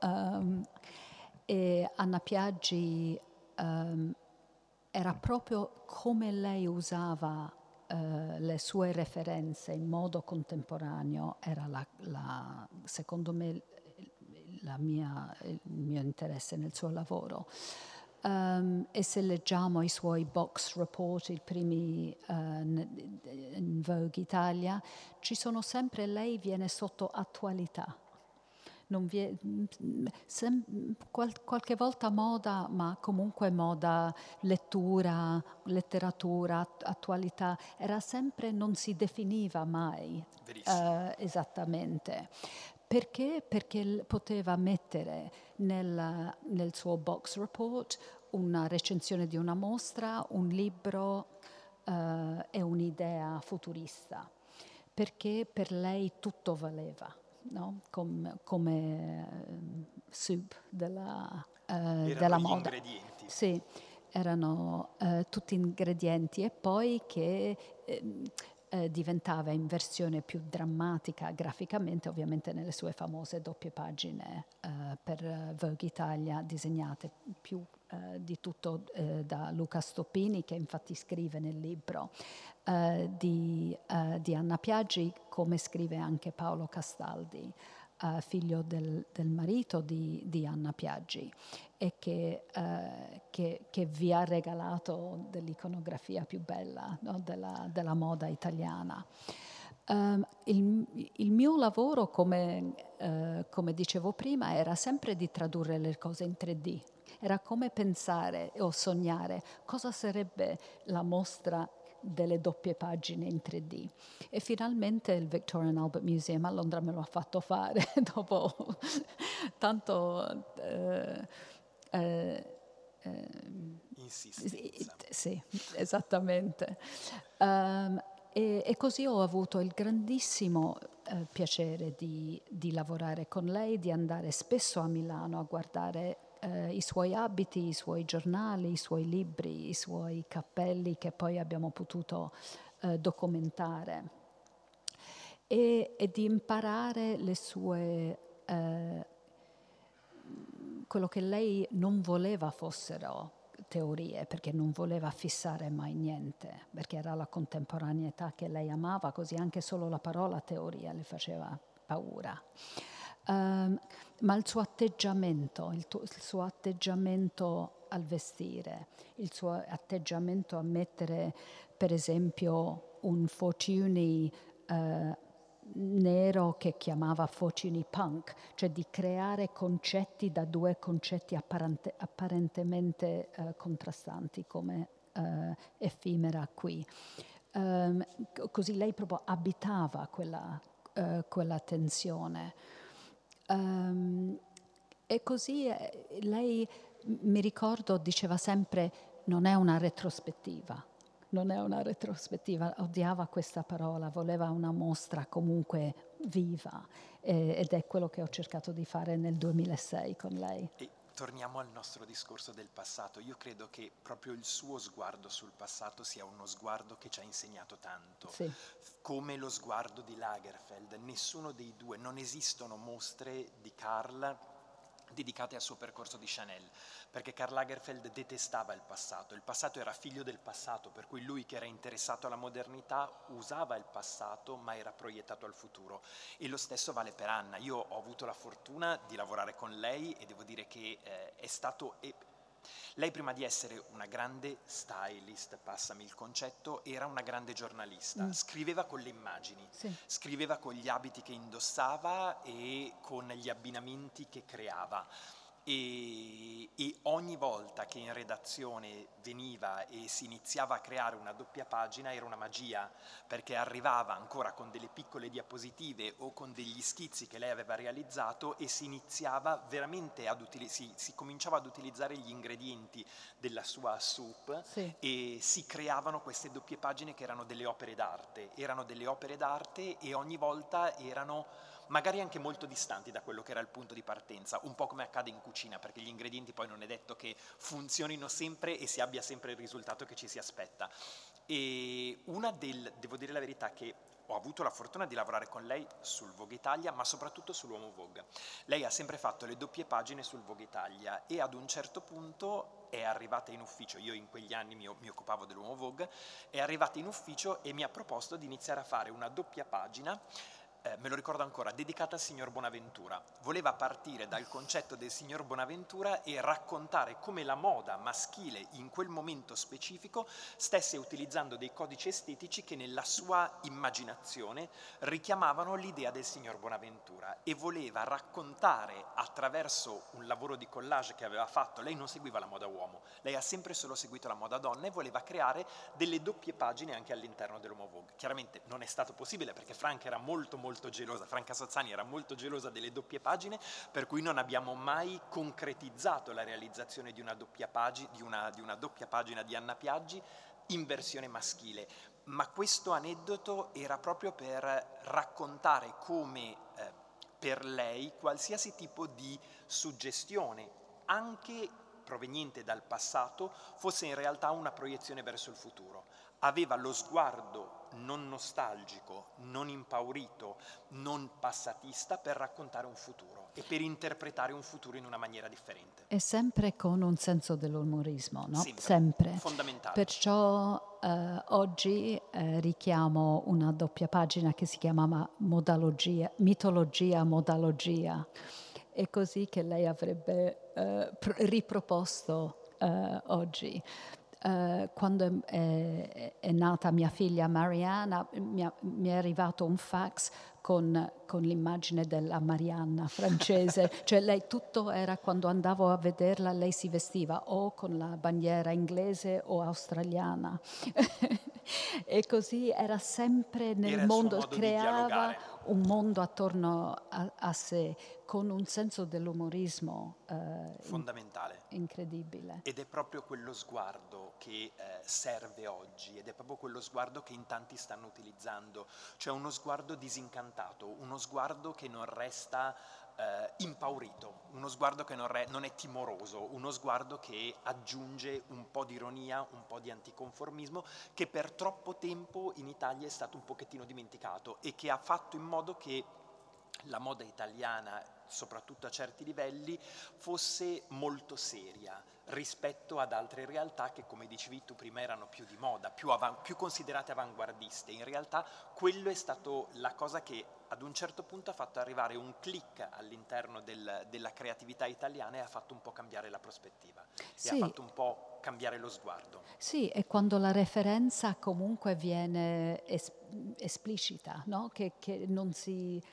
E Anna Piaggi era proprio come lei usava le sue referenze in modo contemporaneo, era secondo me il mio interesse nel suo lavoro. E se leggiamo i suoi box report, i primi in Vogue Italia, ci sono sempre, lei viene sotto attualità. Non qualche volta moda, ma comunque moda, lettura, letteratura, attualità, era sempre, non si definiva mai esattamente. Perché? Perché poteva mettere nel suo box report una recensione di una mostra, un libro e un'idea futurista. Perché per lei tutto valeva. No? Come soup della moda. Ingredienti. Sì, erano tutti ingredienti, e poi che diventava in versione più drammatica graficamente, ovviamente nelle sue famose doppie pagine per Vogue Italia, disegnate più di tutto da Luca Stoppini, che infatti scrive nel libro di Anna Piaggi, come scrive anche Paolo Castaldi, figlio del marito di Anna Piaggi, e che vi ha regalato dell'iconografia più bella, no? della moda italiana. Il mio lavoro, come dicevo prima, era sempre di tradurre le cose in 3D. Era come pensare o sognare cosa sarebbe la mostra delle doppie pagine in 3D. E finalmente il Victoria and Albert Museum a Londra me lo ha fatto fare dopo tanto insistenza. Sì, esattamente. E così ho avuto il grandissimo piacere di lavorare con lei, di andare spesso a Milano a guardare i suoi abiti, i suoi giornali, i suoi libri, i suoi cappelli, che poi abbiamo potuto documentare, e di imparare le sue quello che lei non voleva fossero teorie, perché non voleva fissare mai niente, perché era la contemporaneità che lei amava, così anche solo la parola teoria le faceva paura. Ma il suo atteggiamento, il suo atteggiamento al vestire, il suo atteggiamento a mettere, per esempio, un Fortuny nero che chiamava Fortuny Punk, cioè di creare concetti da 2 concetti apparentemente contrastanti, come effimera qui. Così lei proprio abitava quella tensione. E così lei, mi ricordo, diceva sempre: non è una retrospettiva, odiava questa parola, voleva una mostra comunque viva, ed è quello che ho cercato di fare nel 2006 con lei. E torniamo al nostro discorso del passato. Io credo che proprio il suo sguardo sul passato sia uno sguardo che ci ha insegnato tanto. Sì. Come lo sguardo di Lagerfeld, nessuno dei due, non esistono mostre di Karl dedicate al suo percorso di Chanel, perché Karl Lagerfeld detestava il passato era figlio del passato, per cui lui, che era interessato alla modernità, usava il passato ma era proiettato al futuro, e lo stesso vale per Anna. Io ho avuto la fortuna di lavorare con lei e devo dire che è stato... Lei, prima di essere una grande stylist, passami il concetto, era una grande giornalista, scriveva con le immagini, Sì. scriveva con gli abiti che indossava e con gli abbinamenti che creava. E ogni volta che in redazione veniva e si iniziava a creare una doppia pagina era una magia, perché arrivava ancora con delle piccole diapositive o con degli schizzi che lei aveva realizzato e si iniziava veramente si cominciava ad utilizzare gli ingredienti della sua soup, Sì. e si creavano queste doppie pagine che erano delle opere d'arte, e ogni volta erano magari anche molto distanti da quello che era il punto di partenza, un po' come accade in cucina, perché gli ingredienti poi non è detto che funzionino sempre e si abbia sempre il risultato che ci si aspetta. E devo dire la verità, che ho avuto la fortuna di lavorare con lei sul Vogue Italia, ma soprattutto sull'Uomo Vogue. Lei ha sempre fatto le doppie pagine sul Vogue Italia e ad un certo punto è arrivata in ufficio, io in quegli anni mi occupavo dell'Uomo Vogue, è arrivata in ufficio e mi ha proposto di iniziare a fare una doppia pagina, me lo ricordo ancora, dedicata al signor Bonaventura. Voleva partire dal concetto del signor Bonaventura e raccontare come la moda maschile in quel momento specifico stesse utilizzando dei codici estetici che nella sua immaginazione richiamavano l'idea del signor Bonaventura, e voleva raccontare attraverso un lavoro di collage che aveva fatto. Lei non seguiva la moda uomo, lei ha sempre solo seguito la moda donna, e voleva creare delle doppie pagine anche all'interno dell'Uomo Vogue. Chiaramente non è stato possibile, perché Franca era molto gelosa, Franca Sozzani era molto gelosa delle doppie pagine, per cui non abbiamo mai concretizzato la realizzazione di una doppia pagina di Anna Piaggi in versione maschile. Ma questo aneddoto era proprio per raccontare come per lei qualsiasi tipo di suggestione, anche proveniente dal passato, fosse in realtà una proiezione verso il futuro. Aveva lo sguardo non nostalgico, non impaurito, non passatista, per raccontare un futuro e per interpretare un futuro in una maniera differente. E sempre con un senso dell'umorismo, no? Sempre. Fondamentale. Perciò oggi richiamo una doppia pagina che si chiama Mitologia, Modalogia. È così che lei avrebbe riproposto oggi. Quando è nata mia figlia Mariana, mi è arrivato un fax con l'immagine della Marianna francese, cioè lei tutto era, quando andavo a vederla lei si vestiva o con la bandiera inglese o australiana e così era sempre nel Era mondo, il suo modo creava un mondo attorno a sé con un senso dell'umorismo fondamentale, incredibile. ed è proprio quello sguardo che serve oggi, ed è proprio quello sguardo che in tanti stanno utilizzando, cioè uno sguardo disincantato, uno sguardo che non resta impaurito, uno sguardo che non è timoroso, uno sguardo che aggiunge un po' di ironia, un po' di anticonformismo, che per troppo tempo in Italia è stato un pochettino dimenticato e che ha fatto in modo che la moda italiana, soprattutto a certi livelli, fosse molto seria rispetto ad altre realtà che, come dicevi tu prima, erano più di moda, più considerate avanguardiste. In realtà quello è stato la cosa che ad un certo punto ha fatto arrivare un click all'interno della creatività italiana e ha fatto un po' cambiare la prospettiva, Sì. E ha fatto un po' cambiare lo sguardo. Sì, e quando la referenza comunque viene esplicita, no? Che non si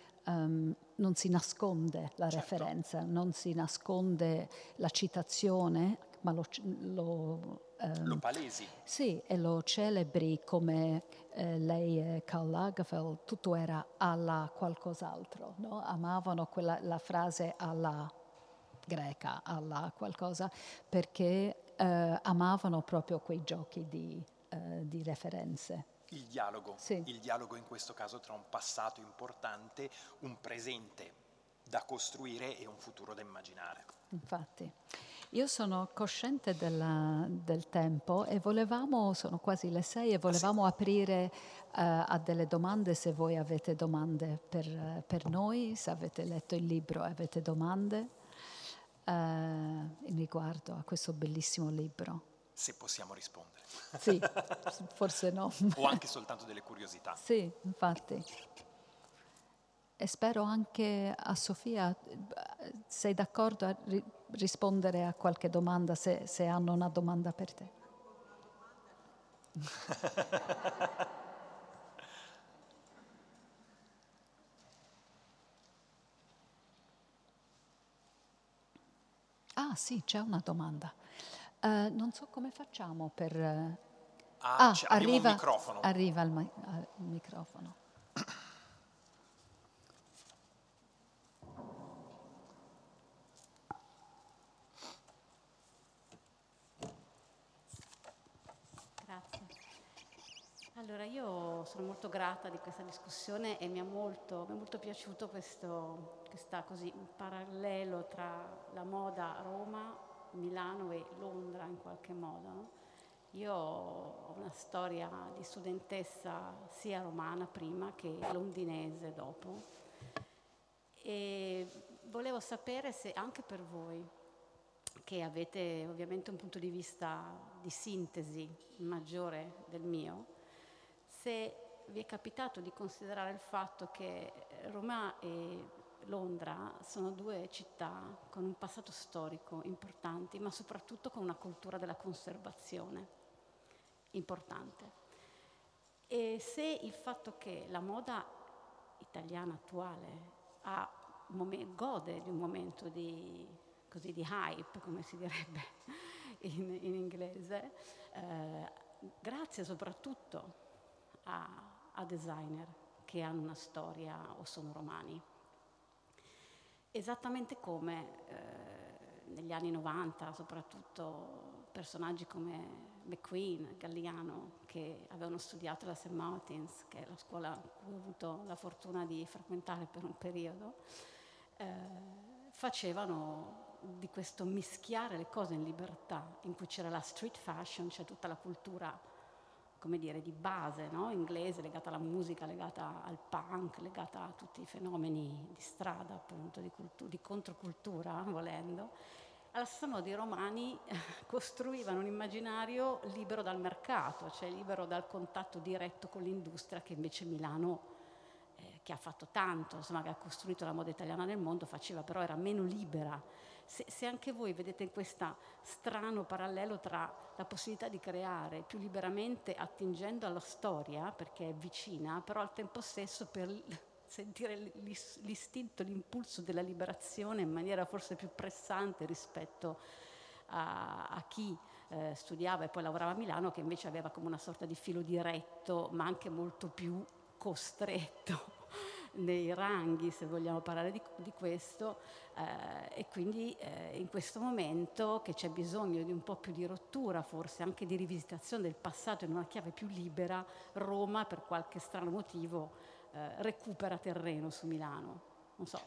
nasconde la referenza, non si nasconde la citazione, ma Lo palesi. Sì, e lo celebri come lei e Karl Lagerfeld, tutto era alla qualcos'altro, no? Amavano la frase alla greca, alla qualcosa, perché amavano proprio quei giochi di referenze. Il dialogo, Sì. Il dialogo in questo caso tra un passato importante, un presente da costruire e un futuro da immaginare. Infatti, io sono cosciente del tempo e sono quasi le 6 e volevamo aprire a delle domande, se voi avete domande per noi, se avete letto il libro e avete domande. in riguardo a questo bellissimo libro. Se possiamo rispondere. Sì, forse no. O anche soltanto delle curiosità. Sì, infatti. E spero anche a Sofia, sei d'accordo a rispondere a qualche domanda se hanno una domanda per te? Ah sì, c'è una domanda. Non so come facciamo per... abbiamo un microfono. Arriva il microfono. Grazie. Allora, io sono molto grata di questa discussione e mi è molto piaciuto questa così, un parallelo tra la moda a Roma, Milano e Londra in qualche modo, no? Io ho una storia di studentessa sia romana prima che londinese dopo e volevo sapere se anche per voi, che avete ovviamente un punto di vista di sintesi maggiore del mio, se vi è capitato di considerare il fatto che Roma e Londra sono due città con un passato storico importante, ma soprattutto con una cultura della conservazione importante. E se il fatto che la moda italiana attuale gode di un momento di hype, come si direbbe in inglese, grazie soprattutto a designer che hanno una storia o sono romani. Esattamente come negli anni 90, soprattutto personaggi come McQueen, Galliano, che avevano studiato alla St. Martin's, che è la scuola cui ho avuto la fortuna di frequentare per un periodo, facevano di questo mischiare le cose in libertà, in cui c'era la street fashion, c'è tutta la cultura, come dire, di base, no? Inglese, legata alla musica, legata al punk, legata a tutti i fenomeni di strada, appunto, di controcultura, volendo. Allo stesso modo i romani costruivano un immaginario libero dal mercato, cioè libero dal contatto diretto con l'industria, che invece Milano, che ha fatto tanto, insomma, che ha costruito la moda italiana nel mondo, faceva, però era meno libera. Se anche voi vedete questo strano parallelo tra la possibilità di creare più liberamente attingendo alla storia, perché è vicina, però al tempo stesso per sentire l'istinto, l'impulso della liberazione in maniera forse più pressante rispetto a chi studiava e poi lavorava a Milano, che invece aveva come una sorta di filo diretto, ma anche molto più costretto nei ranghi, se vogliamo parlare di questo, e quindi in questo momento che c'è bisogno di un po' più di rottura, forse anche di rivisitazione del passato in una chiave più libera, Roma per qualche strano motivo recupera terreno su Milano, non so.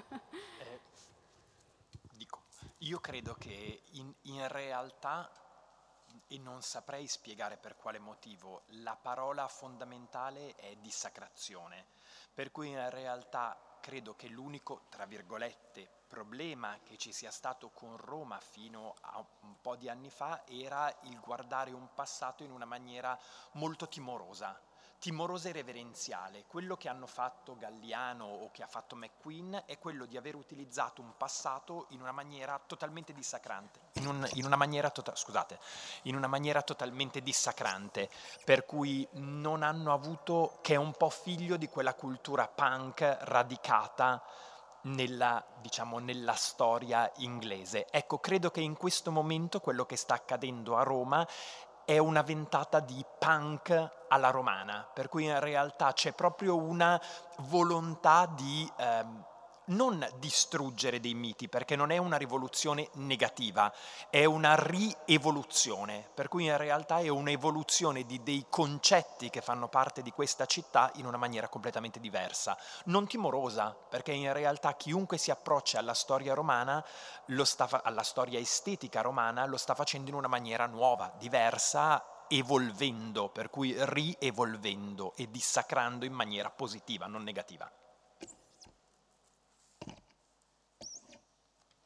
Io credo che in realtà, e non saprei spiegare per quale motivo, la parola fondamentale è dissacrazione, per cui in realtà credo che l'unico, tra virgolette, problema che ci sia stato con Roma fino a un po' di anni fa era il guardare un passato in una maniera molto timorosa e reverenziale. Quello che hanno fatto Galliano o che ha fatto McQueen è quello di aver utilizzato un passato in una maniera totalmente dissacrante, in una maniera totalmente dissacrante, per cui non hanno avuto, che è un po' figlio di quella cultura punk radicata nella storia inglese. Ecco, credo che in questo momento quello che sta accadendo a Roma è una ventata di punk alla romana, per cui in realtà c'è proprio una volontà di non distruggere dei miti, perché non è una rivoluzione negativa, è una rievoluzione, per cui in realtà è un'evoluzione di dei concetti che fanno parte di questa città in una maniera completamente diversa, non timorosa, perché in realtà chiunque si approccia alla storia romana, alla storia estetica romana, lo sta facendo in una maniera nuova, diversa, evolvendo, per cui rievolvendo e dissacrando in maniera positiva, non negativa.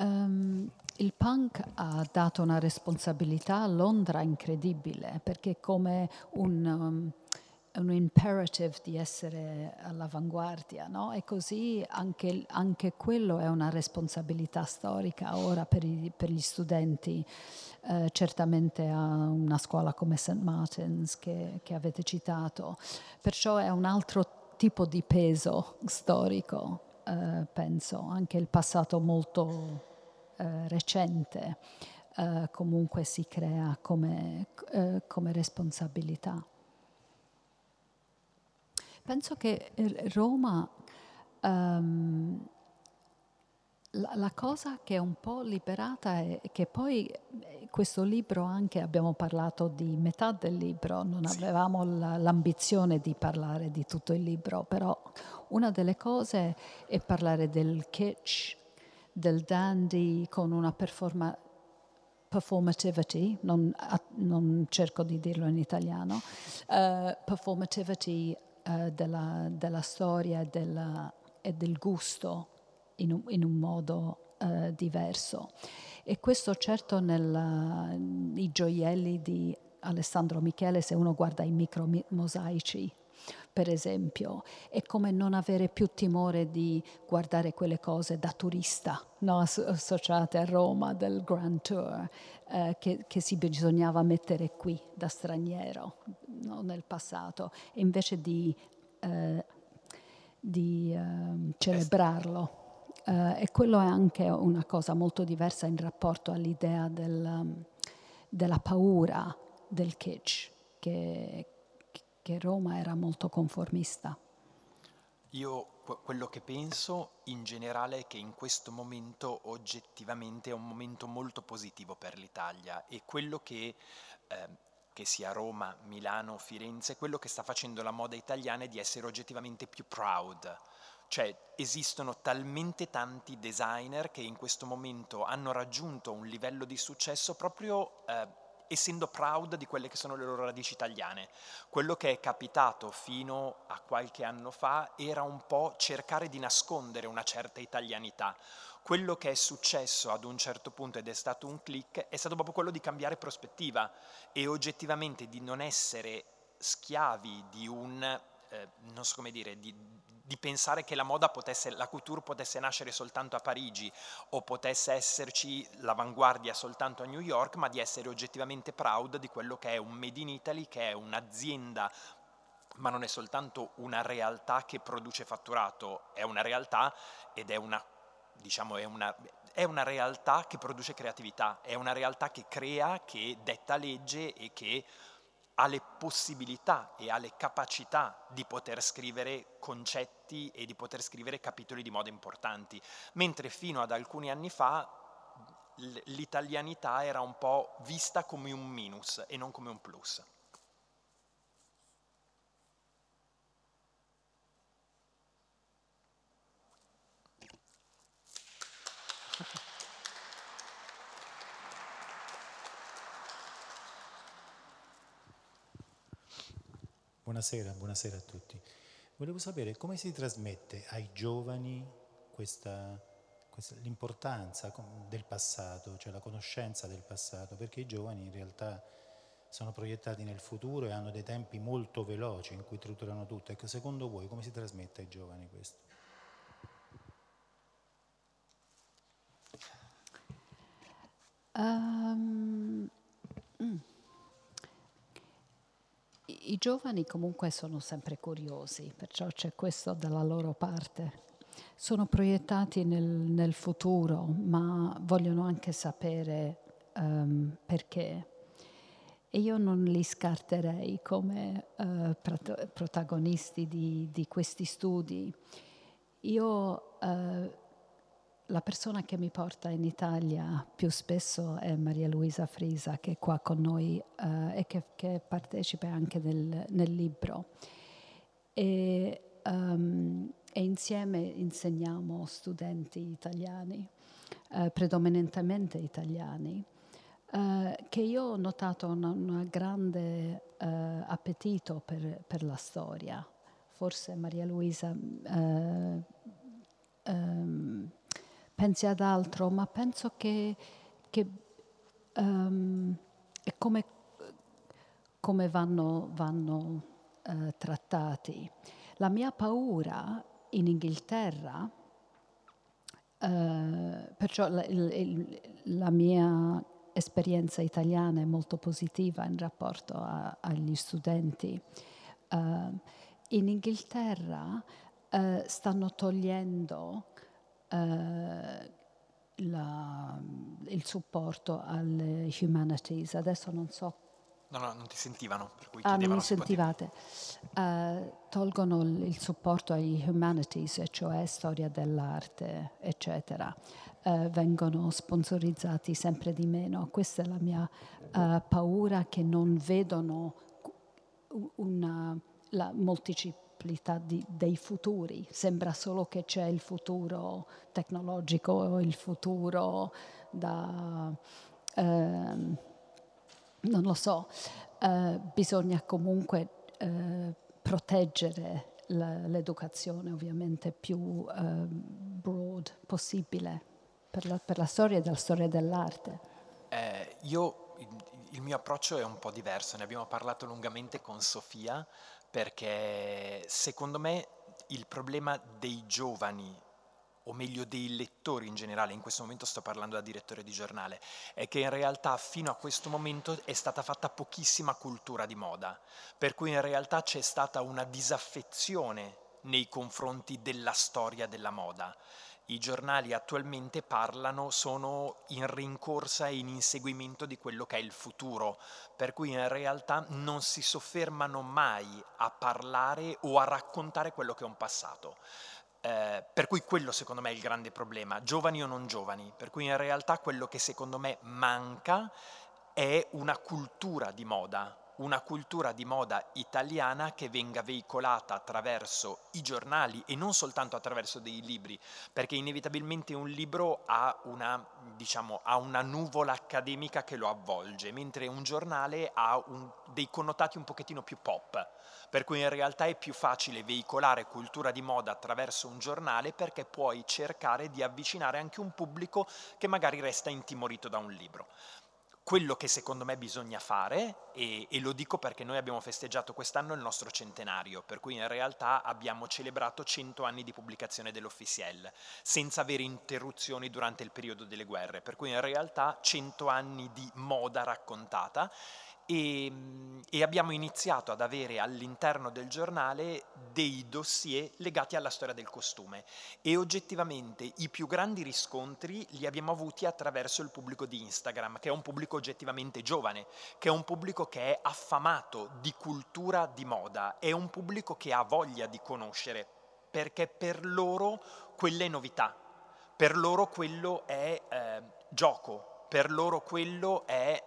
Il punk ha dato una responsabilità a Londra incredibile, perché come un imperative di essere all'avanguardia, no? E così anche quello è una responsabilità storica ora per gli studenti. Certamente a una scuola come St. Martin's che avete citato, perciò è un altro tipo di peso storico, penso, anche il passato molto recente comunque si crea come responsabilità. Penso che Roma, la cosa che è un po' liberata è che poi questo libro anche, abbiamo parlato di metà del libro, non avevamo l'ambizione di parlare di tutto il libro, però una delle cose è parlare del kitsch, del dandy con una performativity, non cerco di dirlo in italiano, performativity della storia e del gusto in un modo diverso. E questo certo nei gioielli di Alessandro Michele, se uno guarda i micromosaici, per esempio, è come non avere più timore di guardare quelle cose da turista, no? Associate a Roma del Grand Tour, che si bisognava mettere qui da straniero, no? Nel passato, e invece di celebrarlo. E quello è anche una cosa molto diversa in rapporto all'idea della paura del kitsch, che Roma era molto conformista. Io quello che penso in generale è che in questo momento oggettivamente è un momento molto positivo per l'Italia, e quello che sia Roma, Milano, Firenze, quello che sta facendo la moda italiana è di essere oggettivamente più proud. Cioè esistono talmente tanti designer che in questo momento hanno raggiunto un livello di successo proprio essendo proud di quelle che sono le loro radici italiane. Quello che è capitato fino a qualche anno fa era un po' cercare di nascondere una certa italianità. Quello che è successo ad un certo punto, ed è stato un click, è stato proprio quello di cambiare prospettiva e oggettivamente di non essere schiavi di non so come dire, di pensare che la couture potesse nascere soltanto a Parigi o potesse esserci l'avanguardia soltanto a New York, ma di essere oggettivamente proud di quello che è un Made in Italy, che è un'azienda, ma non è soltanto una realtà che produce fatturato, è una realtà ed è una realtà che produce creatività, è una realtà che crea, che detta legge e che ha le possibilità e ha le capacità di poter scrivere concetti e di poter scrivere capitoli di moda importanti, mentre fino ad alcuni anni fa l'italianità era un po' vista come un minus e non come un plus. Buonasera a tutti. Volevo sapere come si trasmette ai giovani l'importanza del passato, cioè la conoscenza del passato, perché i giovani in realtà sono proiettati nel futuro e hanno dei tempi molto veloci in cui triturano tutto. Ecco, secondo voi come si trasmette ai giovani questo? I giovani comunque sono sempre curiosi, perciò c'è questo dalla loro parte. Sono proiettati nel futuro, ma vogliono anche sapere perché. E io non li scarterei come protagonisti di questi studi. La persona che mi porta in Italia più spesso è Maria Luisa Frisa, che è qua con noi e che partecipa anche nel libro. E insieme insegniamo studenti italiani, predominantemente italiani, che io ho notato un grande appetito per la storia. Forse Maria Luisa pensi ad altro, ma penso che è come vanno trattati. La mia paura in Inghilterra, perciò la mia esperienza italiana è molto positiva in rapporto agli studenti. In Inghilterra stanno togliendo il supporto alle humanities. Adesso non so. No, non ti sentivano, per cui Non chiedevano mi se sentivate. Tolgono il supporto ai humanities, cioè storia dell'arte, eccetera. Vengono sponsorizzati sempre di meno. Questa è la mia paura, che non vedono la molteplicità dei futuri. Sembra solo che c'è il futuro tecnologico, il futuro non lo so. Bisogna comunque proteggere l'educazione ovviamente più broad possibile per la storia e la storia dell'arte. Il mio approccio è un po' diverso, ne abbiamo parlato lungamente con Sofia, perché secondo me il problema dei giovani, o meglio dei lettori in generale, in questo momento sto parlando da direttore di giornale, è che in realtà fino a questo momento è stata fatta pochissima cultura di moda, per cui in realtà c'è stata una disaffezione nei confronti della storia della moda. I giornali attualmente sono in rincorsa e in inseguimento di quello che è il futuro, per cui in realtà non si soffermano mai a parlare o a raccontare quello che è un passato. Per cui quello secondo me è il grande problema, giovani o non giovani, per cui in realtà quello che secondo me manca è una cultura di moda italiana che venga veicolata attraverso i giornali e non soltanto attraverso dei libri, perché inevitabilmente un libro ha una nuvola accademica che lo avvolge, mentre un giornale ha dei connotati un pochettino più pop, per cui in realtà è più facile veicolare cultura di moda attraverso un giornale, perché puoi cercare di avvicinare anche un pubblico che magari resta intimorito da un libro. Quello che secondo me bisogna fare, e lo dico perché noi abbiamo festeggiato quest'anno il nostro centenario, per cui in realtà abbiamo celebrato 100 anni di pubblicazione dell'Officiel, senza avere interruzioni durante il periodo delle guerre, per cui in realtà 100 anni di moda raccontata, e abbiamo iniziato ad avere all'interno del giornale dei dossier legati alla storia del costume, e oggettivamente i più grandi riscontri li abbiamo avuti attraverso il pubblico di Instagram, che è un pubblico oggettivamente giovane, che è un pubblico che è affamato di cultura di moda, è un pubblico che ha voglia di conoscere, perché per loro quella è novità, per loro quello è gioco, per loro quello è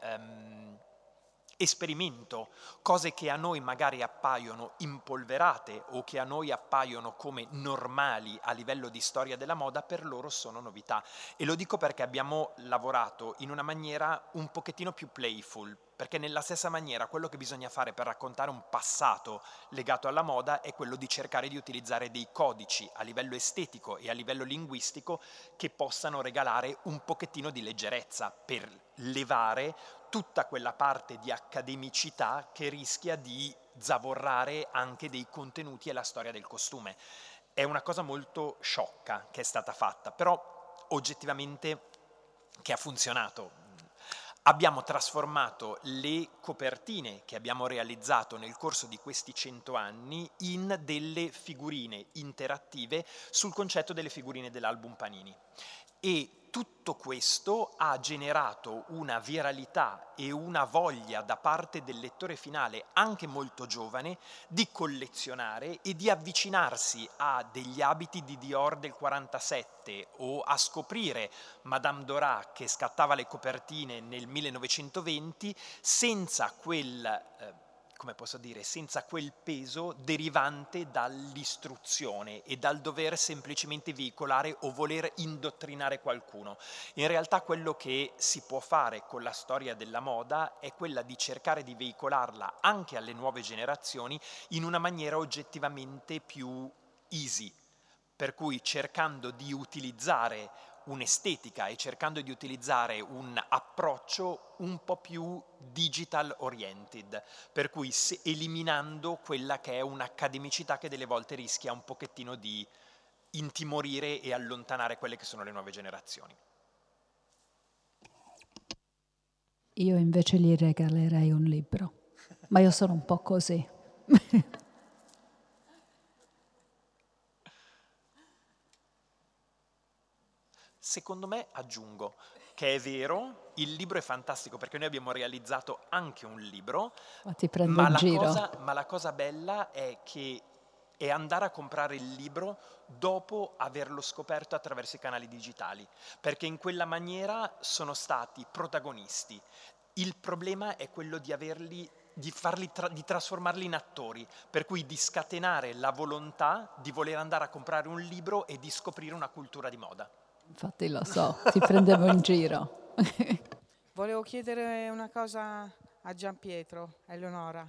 esperimento, cose che a noi magari appaiono impolverate o che a noi appaiono come normali a livello di storia della moda, per loro sono novità. E lo dico perché abbiamo lavorato in una maniera un pochettino più playful, perché nella stessa maniera quello che bisogna fare per raccontare un passato legato alla moda è quello di cercare di utilizzare dei codici a livello estetico e a livello linguistico che possano regalare un pochettino di leggerezza, per levare tutta quella parte di accademicità che rischia di zavorrare anche dei contenuti e la storia del costume. È una cosa molto sciocca che è stata fatta, però oggettivamente che ha funzionato. Abbiamo trasformato le copertine che abbiamo realizzato nel corso di questi 100 anni in delle figurine interattive sul concetto delle figurine dell'album Panini. E tutto questo ha generato una viralità e una voglia da parte del lettore finale, anche molto giovane, di collezionare e di avvicinarsi a degli abiti di Dior del 47 o a scoprire Madame Dorat che scattava le copertine nel 1920 senza senza quel peso derivante dall'istruzione e dal dover semplicemente veicolare o voler indottrinare qualcuno. In realtà quello che si può fare con la storia della moda è quella di cercare di veicolarla anche alle nuove generazioni in una maniera oggettivamente più easy, per cui cercando di utilizzare un'estetica e cercando di utilizzare un approccio un po' più digital oriented, per cui eliminando quella che è un'accademicità che delle volte rischia un pochettino di intimorire e allontanare quelle che sono le nuove generazioni. Io invece gli regalerei un libro, ma io sono un po' così. Secondo me, aggiungo, che è vero, il libro è fantastico perché noi abbiamo realizzato anche un libro, Ma ti prendo in giro. ma la cosa bella è che è andare a comprare il libro dopo averlo scoperto attraverso i canali digitali, perché in quella maniera sono stati protagonisti. Il problema è quello di averli, di trasformarli in attori, per cui di scatenare la volontà di voler andare a comprare un libro e di scoprire una cultura di moda. Infatti lo so, ti prendevo in giro. Volevo chiedere una cosa a Gianpietro, a Eleonora.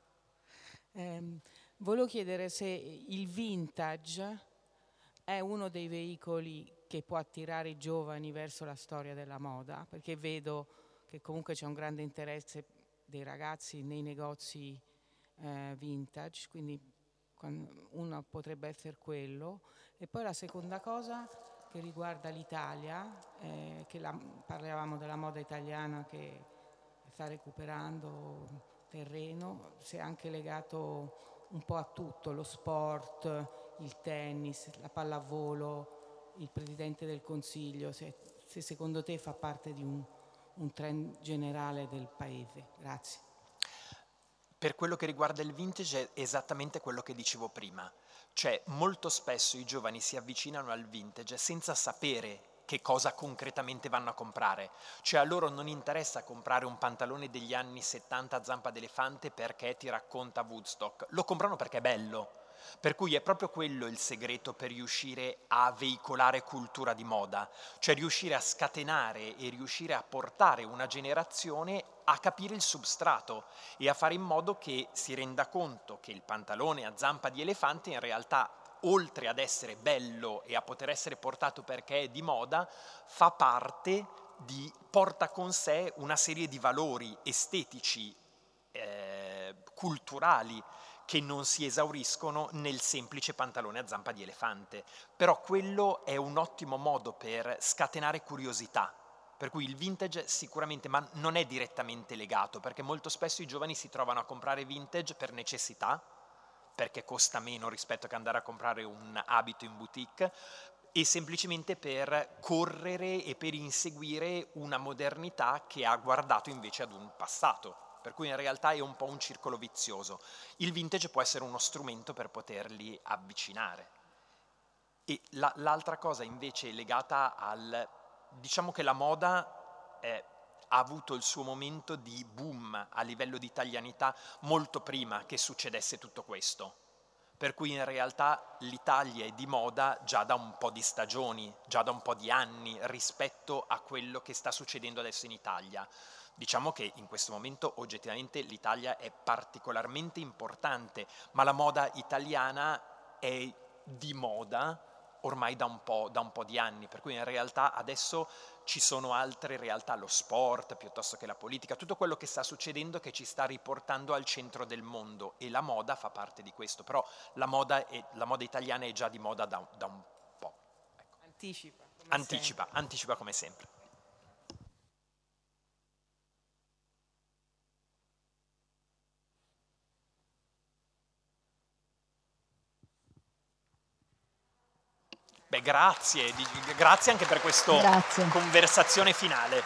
Volevo chiedere se il vintage è uno dei veicoli che può attirare i giovani verso la storia della moda, perché vedo che comunque c'è un grande interesse dei ragazzi nei negozi vintage, quindi uno potrebbe essere quello. E poi la seconda cosa che riguarda l'Italia, parlavamo della moda italiana che sta recuperando terreno, si è anche legato un po' a tutto, lo sport, il tennis, la pallavolo, il Presidente del Consiglio, se secondo te fa parte di un trend generale del Paese. Grazie. Per quello che riguarda il vintage è esattamente quello che dicevo prima, cioè molto spesso i giovani si avvicinano al vintage senza sapere che cosa concretamente vanno a comprare, cioè a loro non interessa comprare un pantalone degli anni 70 a zampa d'elefante perché ti racconta Woodstock, lo comprano perché è bello. Per cui è proprio quello il segreto per riuscire a veicolare cultura di moda, cioè riuscire a scatenare e riuscire a portare una generazione a capire il substrato e a fare in modo che si renda conto che il pantalone a zampa di elefante in realtà, oltre ad essere bello e a poter essere portato perché è di moda, fa parte porta con sé una serie di valori estetici, culturali, che non si esauriscono nel semplice pantalone a zampa di elefante. Però quello è un ottimo modo per scatenare curiosità. Per cui il vintage sicuramente, ma non è direttamente legato, perché molto spesso i giovani si trovano a comprare vintage per necessità, perché costa meno rispetto che andare a comprare un abito in boutique, e semplicemente per correre e per inseguire una modernità che ha guardato invece ad un passato. Per cui in realtà è un po' un circolo vizioso. Il vintage può essere uno strumento per poterli avvicinare. E l'altra cosa invece legata diciamo che la moda ha avuto il suo momento di boom a livello di italianità molto prima che succedesse tutto questo. Per cui in realtà l'Italia è di moda già da un po' di stagioni, già da un po' di anni rispetto a quello che sta succedendo adesso in Italia. Diciamo che in questo momento oggettivamente l'Italia è particolarmente importante, ma la moda italiana è di moda ormai da un po' di anni, per cui in realtà adesso ci sono altre realtà, lo sport piuttosto che la politica, tutto quello che sta succedendo che ci sta riportando al centro del mondo, e la moda fa parte di questo, però la moda italiana è già di moda da un po'. Ecco. Anticipa come sempre. Beh, grazie anche per questa conversazione finale.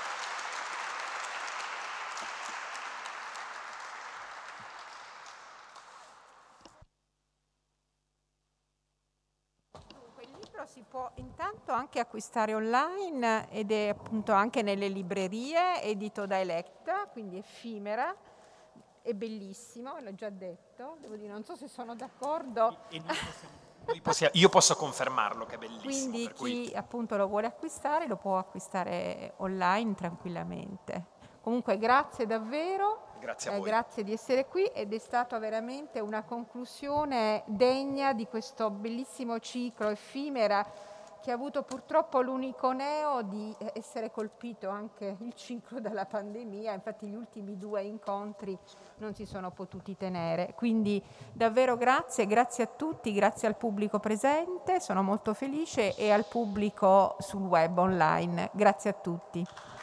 Dunque, il libro si può intanto anche acquistare online ed è appunto anche nelle librerie, edito da Electa, quindi Effimera, è bellissimo, l'ho già detto, devo dire, non so se sono d'accordo. Io posso confermarlo che è bellissimo. Quindi chi appunto lo vuole acquistare lo può acquistare online tranquillamente. Comunque grazie davvero, grazie a voi. Grazie di essere qui, ed è stata veramente una conclusione degna di questo bellissimo ciclo Effimera che ha avuto purtroppo l'unico neo di essere colpito anche il ciclo dalla pandemia, infatti gli ultimi 2 incontri non si sono potuti tenere. Quindi davvero grazie a tutti, grazie al pubblico presente, sono molto felice, e al pubblico sul web online. Grazie a tutti.